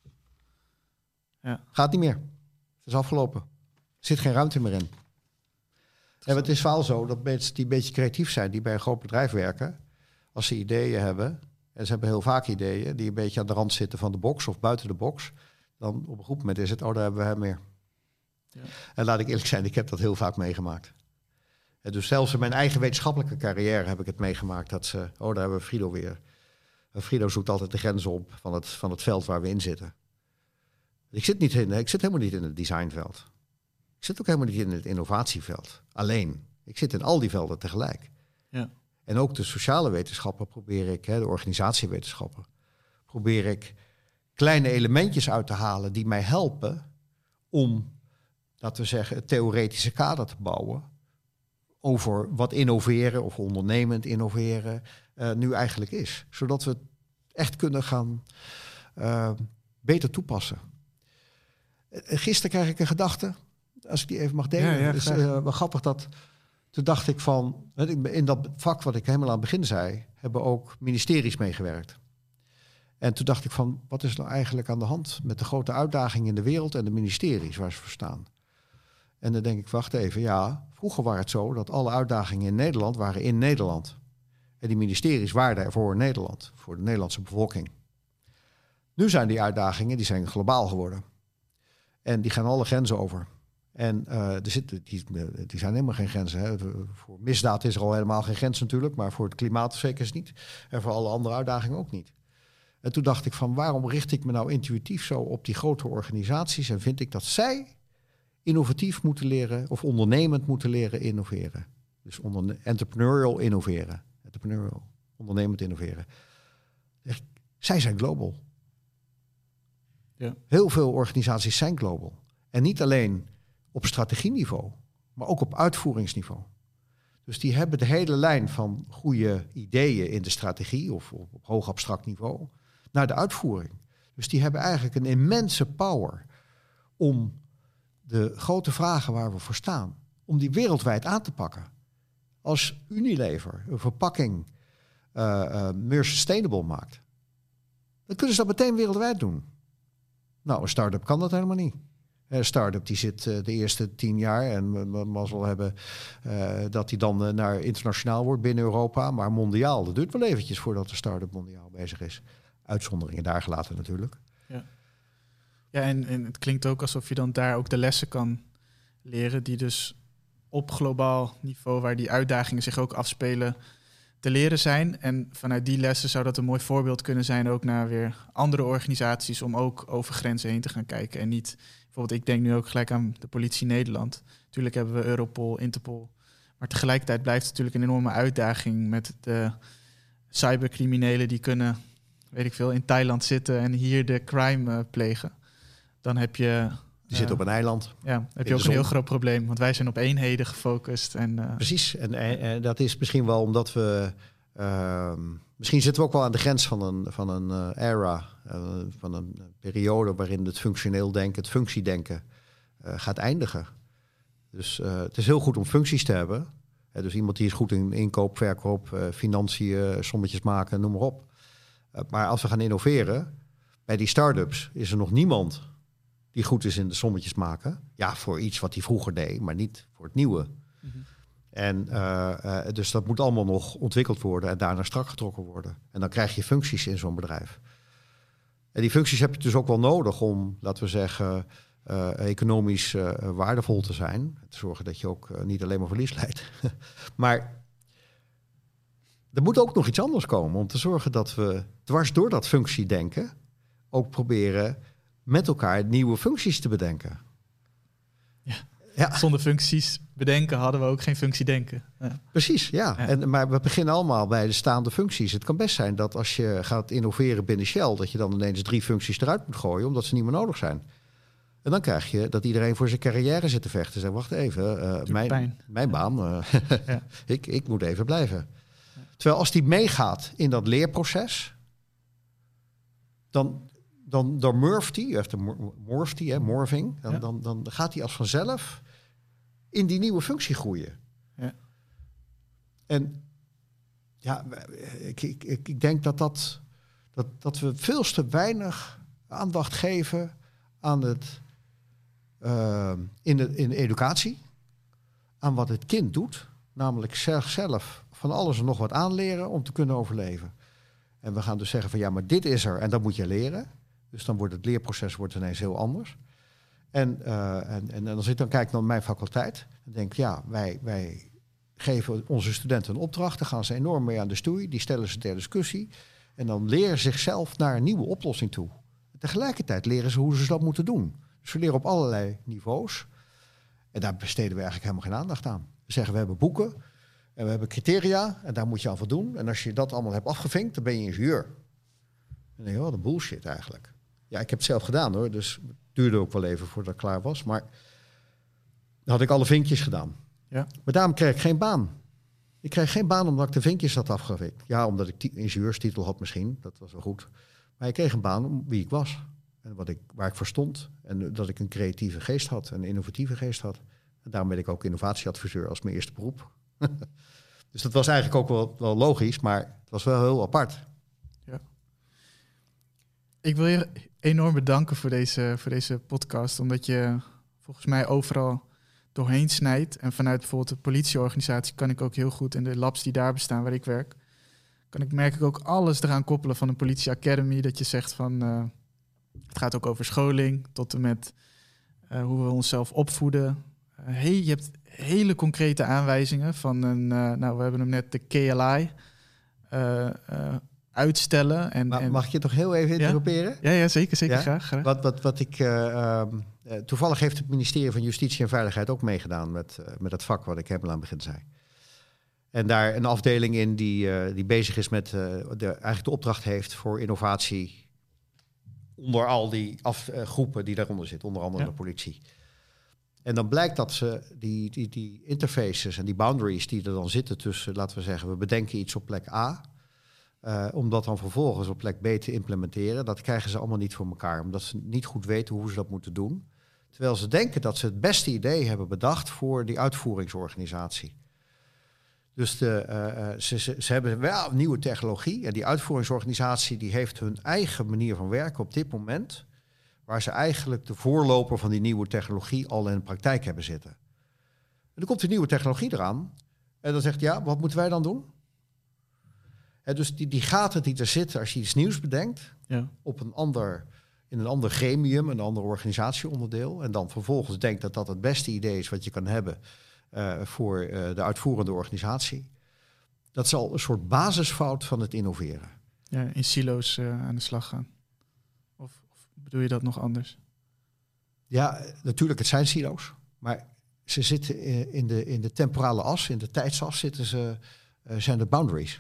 Speaker 1: Ja.
Speaker 2: Gaat niet meer. Het is afgelopen. Er zit geen ruimte meer in. En het is wel zo dat mensen die een beetje creatief zijn, die bij een groot bedrijf werken, als ze ideeën hebben, en ze hebben heel vaak ideeën die een beetje aan de rand zitten van de box of buiten de box, dan op een goed moment is het, oh, daar hebben we hem meer. Ja. En laat ik eerlijk zijn, ik heb dat heel vaak meegemaakt. En dus zelfs in mijn eigen wetenschappelijke carrière heb ik het meegemaakt dat ze, oh, daar hebben we Frido weer. En Frido zoekt altijd de grenzen op van het, van het veld waar we in zitten. Ik zit, niet in, ik zit helemaal niet in het designveld. Ik zit ook helemaal niet in het innovatieveld. Alleen, ik zit in al die velden tegelijk.
Speaker 1: Ja.
Speaker 2: En ook de sociale wetenschappen probeer ik, hè, de organisatiewetenschappen, probeer ik kleine elementjes uit te halen die mij helpen om, laten we zeggen, het theoretische kader te bouwen over wat innoveren of ondernemend innoveren uh, nu eigenlijk is. Zodat we het echt kunnen gaan uh, beter toepassen. Uh, gisteren kreeg ik een gedachte, als ik die even mag delen.
Speaker 1: Ja, ja,
Speaker 2: het is uh, wel grappig dat, toen dacht ik van, in dat vak wat ik helemaal aan het begin zei, hebben ook ministeries meegewerkt. En toen dacht ik van, wat is nou eigenlijk aan de hand met de grote uitdagingen in de wereld en de ministeries waar ze voor staan? En dan denk ik, wacht even, ja, vroeger was het zo dat alle uitdagingen in Nederland waren in Nederland. En die ministeries waren daarvoor in Nederland, voor de Nederlandse bevolking. Nu zijn die uitdagingen, die zijn globaal geworden. En die gaan alle grenzen over. En uh, er zitten, die, die zijn helemaal geen grenzen. Hè. Voor misdaad is er al helemaal geen grens natuurlijk. Maar voor het klimaat zeker niet. En voor alle andere uitdagingen ook niet. En toen dacht ik van waarom richt ik me nou intuïtief zo op die grote organisaties. En vind ik dat zij innovatief moeten leren of ondernemend moeten leren innoveren. Dus onder, entrepreneurial innoveren. Entrepreneurial, ondernemend innoveren. Zij zijn global.
Speaker 1: Ja.
Speaker 2: Heel veel organisaties zijn global. En niet alleen op strategieniveau, maar ook op uitvoeringsniveau. Dus die hebben de hele lijn van goede ideeën in de strategie of op, op hoog abstract niveau naar de uitvoering. Dus die hebben eigenlijk een immense power om de grote vragen waar we voor staan, om die wereldwijd aan te pakken. Als Unilever een verpakking uh, uh, meer sustainable maakt, dan kunnen ze dat meteen wereldwijd doen. Nou, een start-up kan dat helemaal niet. Een start-up die zit uh, de eerste tien jaar en we mazzel hebben uh, dat die dan uh, naar internationaal wordt binnen Europa, maar mondiaal. Dat duurt wel eventjes voordat de start-up mondiaal bezig is. Uitzonderingen daar gelaten natuurlijk.
Speaker 1: Ja, ja en, en het klinkt ook alsof je dan daar ook de lessen kan leren die dus op globaal niveau, waar die uitdagingen zich ook afspelen, te leren zijn. En vanuit die lessen zou dat een mooi voorbeeld kunnen zijn ook naar weer andere organisaties om ook over grenzen heen te gaan kijken. En niet, bijvoorbeeld ik denk nu ook gelijk aan de politie Nederland. Natuurlijk hebben we Europol, Interpol. Maar tegelijkertijd blijft het natuurlijk een enorme uitdaging met de cybercriminelen die kunnen, weet ik veel, in Thailand zitten en hier de crime uh, plegen. Dan heb je...
Speaker 2: Die uh, zit op een eiland.
Speaker 1: Ja, heb je ook een heel groot probleem, want wij zijn op eenheden gefocust. En, uh,
Speaker 2: Precies, en, en, en dat is misschien wel omdat we... Uh, misschien zitten we ook wel aan de grens van een, van een uh, era, uh, van een periode waarin het functioneel denken, het functiedenken uh, gaat eindigen. Dus uh, het is heel goed om functies te hebben. Uh, dus iemand die is goed in inkoop, verkoop, uh, financiën, sommetjes maken, noem maar op. Uh, maar als we gaan innoveren, bij die start-ups is er nog niemand die goed is in de sommetjes maken. Ja, voor iets wat hij vroeger deed, maar niet voor het nieuwe. Mm-hmm. En uh, uh, dus dat moet allemaal nog ontwikkeld worden en daarna strak getrokken worden. En dan krijg je functies in zo'n bedrijf. En die functies heb je dus ook wel nodig om, laten we zeggen, uh, economisch uh, waardevol te zijn. Te zorgen dat je ook uh, niet alleen maar verlies leidt. Maar er moet ook nog iets anders komen om te zorgen dat we dwars door dat functiedenken ook proberen met elkaar nieuwe functies te bedenken.
Speaker 1: Ja. Ja. Zonder functies bedenken hadden we ook geen functiedenken. Ja.
Speaker 2: Precies, ja. ja. En, maar we beginnen allemaal bij de staande functies. Het kan best zijn dat als je gaat innoveren binnen Shell, dat je dan ineens drie functies eruit moet gooien, omdat ze niet meer nodig zijn. En dan krijg je dat iedereen voor zijn carrière zit te vechten. Zeg, wacht even, uh, mijn, mijn baan, uh, ja. ik, ik moet even blijven. Ja. Terwijl als die meegaat in dat leerproces, dan... Dan, dan morft hij, heeft een morft hij, hè, morphing, dan, ja. dan, dan gaat hij als vanzelf in die nieuwe functie groeien. Ja. En ja, ik, ik, ik denk dat, dat, dat, dat we veel te weinig aandacht geven aan het uh, in, de, in de educatie, aan wat het kind doet, namelijk zelf van alles en nog wat aanleren om te kunnen overleven. En we gaan dus zeggen van ja, maar dit is er en dat moet je leren. Dus dan wordt het leerproces wordt ineens heel anders. En, uh, en, en als ik dan kijk naar mijn faculteit, dan denk ik, ja, wij, wij geven onze studenten een opdracht, daar gaan ze enorm mee aan de stoei, die stellen ze ter discussie en dan leren ze zichzelf naar een nieuwe oplossing toe. Tegelijkertijd leren ze hoe ze dat moeten doen. Dus we leren op allerlei niveaus en daar besteden we eigenlijk helemaal geen aandacht aan. We zeggen, we hebben boeken en we hebben criteria en daar moet je aan voldoen. En als je dat allemaal hebt afgevinkt, dan ben je ingenieur. En dan denk je, wat een bullshit eigenlijk. Ja, ik heb het zelf gedaan hoor, dus het duurde ook wel even voordat ik klaar was. Maar dan had ik alle vinkjes gedaan. Ja. Maar daarom kreeg ik geen baan. Ik kreeg geen baan omdat ik de vinkjes had afgevinkt. Ja, omdat ik die ingenieurstitel had misschien, dat was wel goed. Maar ik kreeg een baan om wie ik was. En wat ik, waar ik voor stond. En dat ik een creatieve geest had, een innovatieve geest had. En daarom ben ik ook innovatieadviseur als mijn eerste beroep. Dus dat was eigenlijk ook wel, wel logisch, maar het was wel heel apart.
Speaker 1: Ja. Ik wil je enorm bedanken voor deze, voor deze podcast, omdat je volgens mij overal doorheen snijdt. En vanuit bijvoorbeeld de politieorganisatie kan ik ook heel goed in de labs die daar bestaan waar ik werk, kan ik merk ik ook alles eraan koppelen van een politie academy, dat je zegt van uh, het gaat ook over scholing tot en met uh, hoe we onszelf opvoeden. Uh, hey, je hebt hele concrete aanwijzingen van een, uh, nou we hebben hem net de K L I, uh, uh, uitstellen. En,
Speaker 2: maar,
Speaker 1: en...
Speaker 2: Mag ik je toch heel even interromperen?
Speaker 1: Ja, ja zeker, zeker
Speaker 2: ja?
Speaker 1: graag, graag.
Speaker 2: Wat, wat, wat ik, uh, uh, toevallig heeft het ministerie van Justitie en Veiligheid ook meegedaan met, uh, met dat vak wat ik helemaal aan het begin zei. En daar een afdeling in die, uh, die bezig is met, uh, de, eigenlijk de opdracht heeft voor innovatie onder al die af, uh, groepen die daaronder zitten, onder andere ja. de politie. En dan blijkt dat ze die, die, die interfaces en die boundaries die er dan zitten tussen, laten we zeggen, we bedenken iets op plek A, uh, om dat dan vervolgens op plek B te implementeren, dat krijgen ze allemaal niet voor elkaar, omdat ze niet goed weten hoe ze dat moeten doen. Terwijl ze denken dat ze het beste idee hebben bedacht voor die uitvoeringsorganisatie. Dus de, uh, ze, ze, ze hebben wel nieuwe technologie en die uitvoeringsorganisatie die heeft hun eigen manier van werken op dit moment, waar ze eigenlijk de voorloper van die nieuwe technologie al in de praktijk hebben zitten. En dan komt die nieuwe technologie eraan en dan zegt ja, wat moeten wij dan doen? En dus die, die gaten die er zitten als je iets nieuws bedenkt, ja. op een ander, in een ander gremium, een ander organisatieonderdeel, en dan vervolgens denkt dat dat het beste idee is wat je kan hebben uh, voor uh, de uitvoerende organisatie. Dat is al een soort basisfout van het innoveren.
Speaker 1: Ja, in silo's uh, aan de slag gaan. Of, of bedoel je dat nog anders?
Speaker 2: Ja, natuurlijk, het zijn silo's. Maar ze zitten in de, in de temporale as, in de tijdsas zitten ze, uh, zijn de boundaries.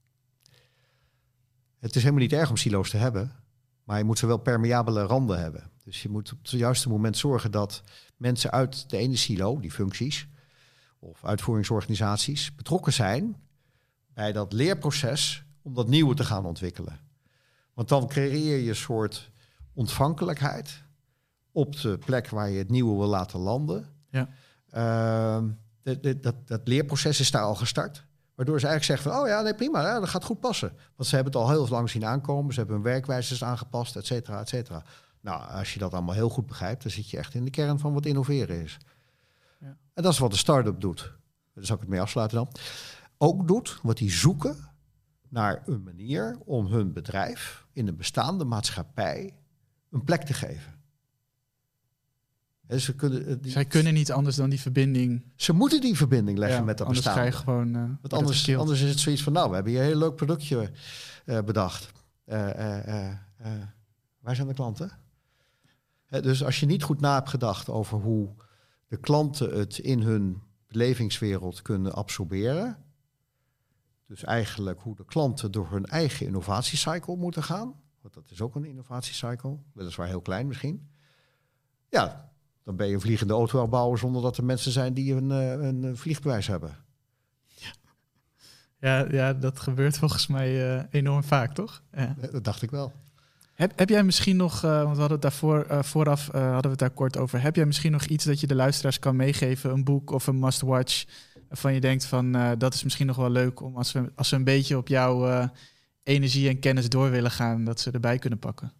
Speaker 2: Het is helemaal niet erg om silo's te hebben, maar je moet ze wel permeabele randen hebben. Dus je moet op het juiste moment zorgen dat mensen uit de ene silo, die functies of uitvoeringsorganisaties, betrokken zijn bij dat leerproces om dat nieuwe te gaan ontwikkelen. Want dan creëer je een soort ontvankelijkheid op de plek waar je het nieuwe wil laten landen. Ja. Uh, de, de, dat, dat leerproces is daar al gestart. Waardoor ze eigenlijk zeggen van, oh ja, nee, prima, ja, dat gaat goed passen. Want ze hebben het al heel lang zien aankomen. Ze hebben hun werkwijzes aangepast, et cetera, et cetera. Nou, als je dat allemaal heel goed begrijpt, dan zit je echt in de kern van wat innoveren is. Ja. En dat is wat de start-up doet. Daar zal ik het mee afsluiten dan. Ook doet wat die zoeken naar een manier om hun bedrijf in een bestaande maatschappij een plek te geven. Ze kunnen, die,
Speaker 1: Zij kunnen niet anders dan die verbinding.
Speaker 2: Ze moeten die verbinding leggen
Speaker 1: ja,
Speaker 2: met dat
Speaker 1: anders
Speaker 2: bestaande.
Speaker 1: Ga je gewoon, uh,
Speaker 2: Want anders, anders is het zoiets van, nou, we hebben hier een heel leuk productje uh, bedacht. Uh, uh, uh, uh, waar zijn de klanten? He, dus als je niet goed na hebt gedacht over hoe de klanten het in hun belevingswereld kunnen absorberen, dus eigenlijk hoe de klanten door hun eigen innovatiecycle moeten gaan, want dat is ook een innovatiecycle, weliswaar heel klein misschien. Ja, dan ben je een vliegende auto bouwen zonder dat er mensen zijn die een, een vliegbewijs hebben.
Speaker 1: Ja, ja, ja dat gebeurt volgens mij uh, enorm vaak, toch? Ja.
Speaker 2: Dat dacht ik wel.
Speaker 1: Heb, heb jij misschien nog, uh, want we hadden het daarvoor uh, vooraf uh, hadden we het daar kort over. Heb jij misschien nog iets dat je de luisteraars kan meegeven, een boek of een must-watch, waarvan je denkt van uh, dat is misschien nog wel leuk om als we, als we een beetje op jouw uh, energie en kennis door willen gaan, dat ze erbij kunnen pakken?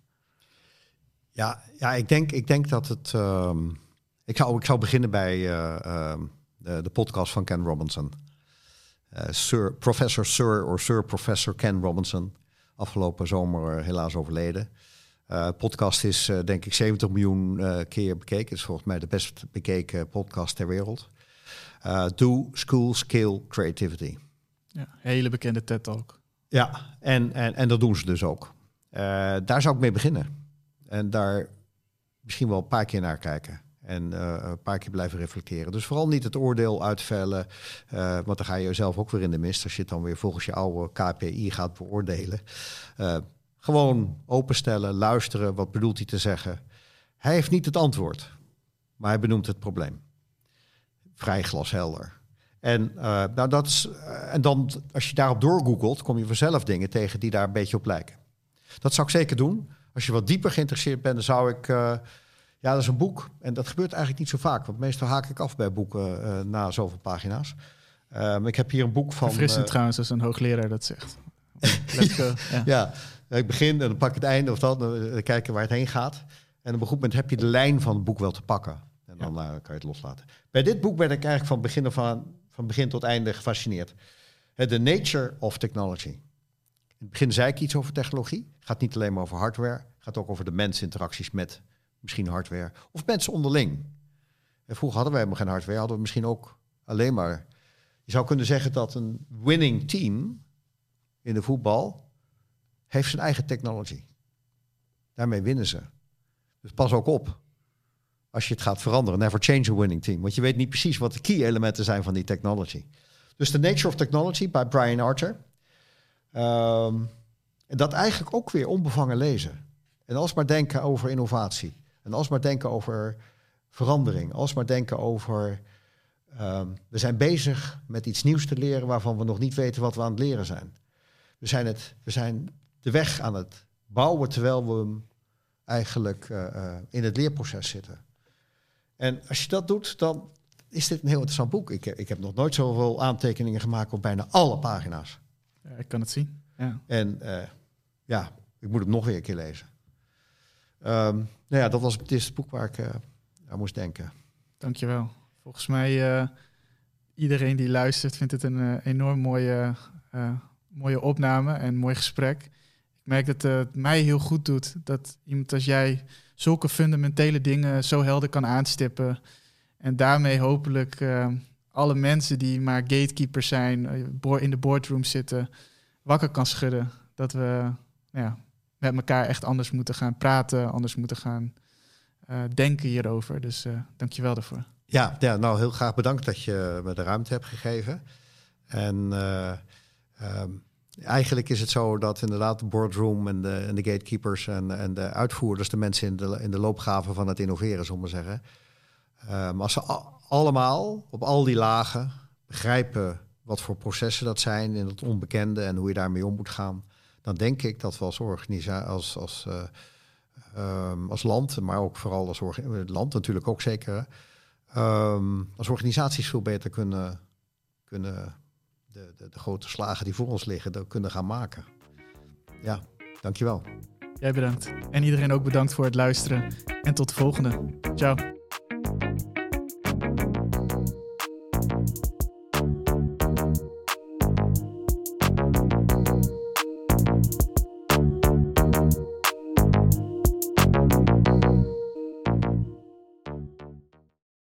Speaker 2: Ja, ja ik, denk, ik denk dat het... Um, ik, zou, ik zou beginnen bij uh, uh, de, de podcast van Ken Robinson. Uh, Sir, Professor Sir of Sir Professor Ken Robinson. Afgelopen zomer uh, helaas overleden. Uh, podcast is uh, denk ik zeventig miljoen uh, keer bekeken. Het is volgens mij de best bekeken podcast ter wereld. Uh, Do School Scale Creativity.
Speaker 1: Ja, hele bekende TED-talk.
Speaker 2: Ja, en, en, en dat doen ze dus ook. Uh, daar zou ik mee beginnen. En daar misschien wel een paar keer naar kijken. En uh, een paar keer blijven reflecteren. Dus vooral niet het oordeel uitvellen. Uh, want dan ga je jezelf ook weer in de mist. Als je het dan weer volgens je oude K P I gaat beoordelen. Uh, gewoon openstellen, luisteren. Wat bedoelt hij te zeggen? Hij heeft niet het antwoord. Maar hij benoemt het probleem. Vrij glashelder. En, uh, nou dat is, uh, en dan, als je daarop doorgoogelt, kom je vanzelf dingen tegen die daar een beetje op lijken. Dat zou ik zeker doen. Als je wat dieper geïnteresseerd bent, dan zou ik... Uh, ja, dat is een boek. En dat gebeurt eigenlijk niet zo vaak. Want meestal haak ik af bij boeken uh, na zoveel pagina's. Uh, ik heb hier een boek van...
Speaker 1: Verfrissend
Speaker 2: uh,
Speaker 1: trouwens, als een hoogleraar dat zegt. Let's go.
Speaker 2: Ja. ja, ik begin en dan pak ik het einde of dat. Dan kijken waar het heen gaat. En op een goed moment heb je de lijn van het boek wel te pakken. En dan ja. uh, kan je het loslaten. Bij dit boek ben ik eigenlijk van begin, af aan, van begin tot einde gefascineerd. The Nature of Technology. In het begin zei ik iets over technologie. Het gaat niet alleen maar over hardware. Het gaat ook over de mensinteracties met misschien hardware. Of mensen onderling. En vroeger hadden wij helemaal geen hardware, hadden we misschien ook alleen maar... Je zou kunnen zeggen dat een winning team in de voetbal heeft zijn eigen technology. Daarmee winnen ze. Dus pas ook op als je het gaat veranderen. Never change a winning team. Want je weet niet precies wat de key elementen zijn van die technology. Dus The Nature of Technology bij Brian Arthur. Um, en dat eigenlijk ook weer onbevangen lezen. En alsmaar denken over innovatie. En alsmaar denken over verandering. Alsmaar denken over... Um, we zijn bezig met iets nieuws te leren waarvan we nog niet weten wat we aan het leren zijn. We zijn, het, we zijn de weg aan het bouwen terwijl we hem eigenlijk uh, uh, in het leerproces zitten. En als je dat doet, dan is dit een heel interessant boek. Ik, ik heb nog nooit zoveel aantekeningen gemaakt op bijna alle pagina's.
Speaker 1: Ja, ik kan het zien. Ja.
Speaker 2: En uh, ja, ik moet hem nog weer een keer lezen. Um, nou ja, dat was het eerste boek waar ik uh, aan moest denken.
Speaker 1: Dankjewel. Volgens mij, uh, iedereen die luistert vindt het een uh, enorm mooie, uh, mooie opname en mooi gesprek. Ik merk dat uh, het mij heel goed doet dat iemand als jij zulke fundamentele dingen zo helder kan aanstippen. En daarmee hopelijk uh, alle mensen die maar gatekeepers zijn, uh, in de boardroom zitten, wakker kan schudden. Dat we ja, met elkaar echt anders moeten gaan praten, anders moeten gaan uh, denken hierover. Dus uh, dank je wel daarvoor.
Speaker 2: Ja, ja, nou heel graag bedankt dat je me de ruimte hebt gegeven. En uh, um, eigenlijk is het zo dat inderdaad de boardroom en de, en de gatekeepers en, en de uitvoerders, de mensen in de, in de loopgraven van het innoveren, zullen we maar zeggen. Um, als ze a- allemaal op al die lagen begrijpen wat voor processen dat zijn in het onbekende en hoe je daarmee om moet gaan, dan denk ik dat we als organisatie, als, als, uh, um, als land, maar ook vooral als orga- land natuurlijk ook zeker, um, als organisaties veel beter kunnen, kunnen de, de, de grote slagen die voor ons liggen, kunnen gaan maken. Ja, dankjewel.
Speaker 1: Jij bedankt. En iedereen ook bedankt voor het luisteren. En tot de volgende. Ciao.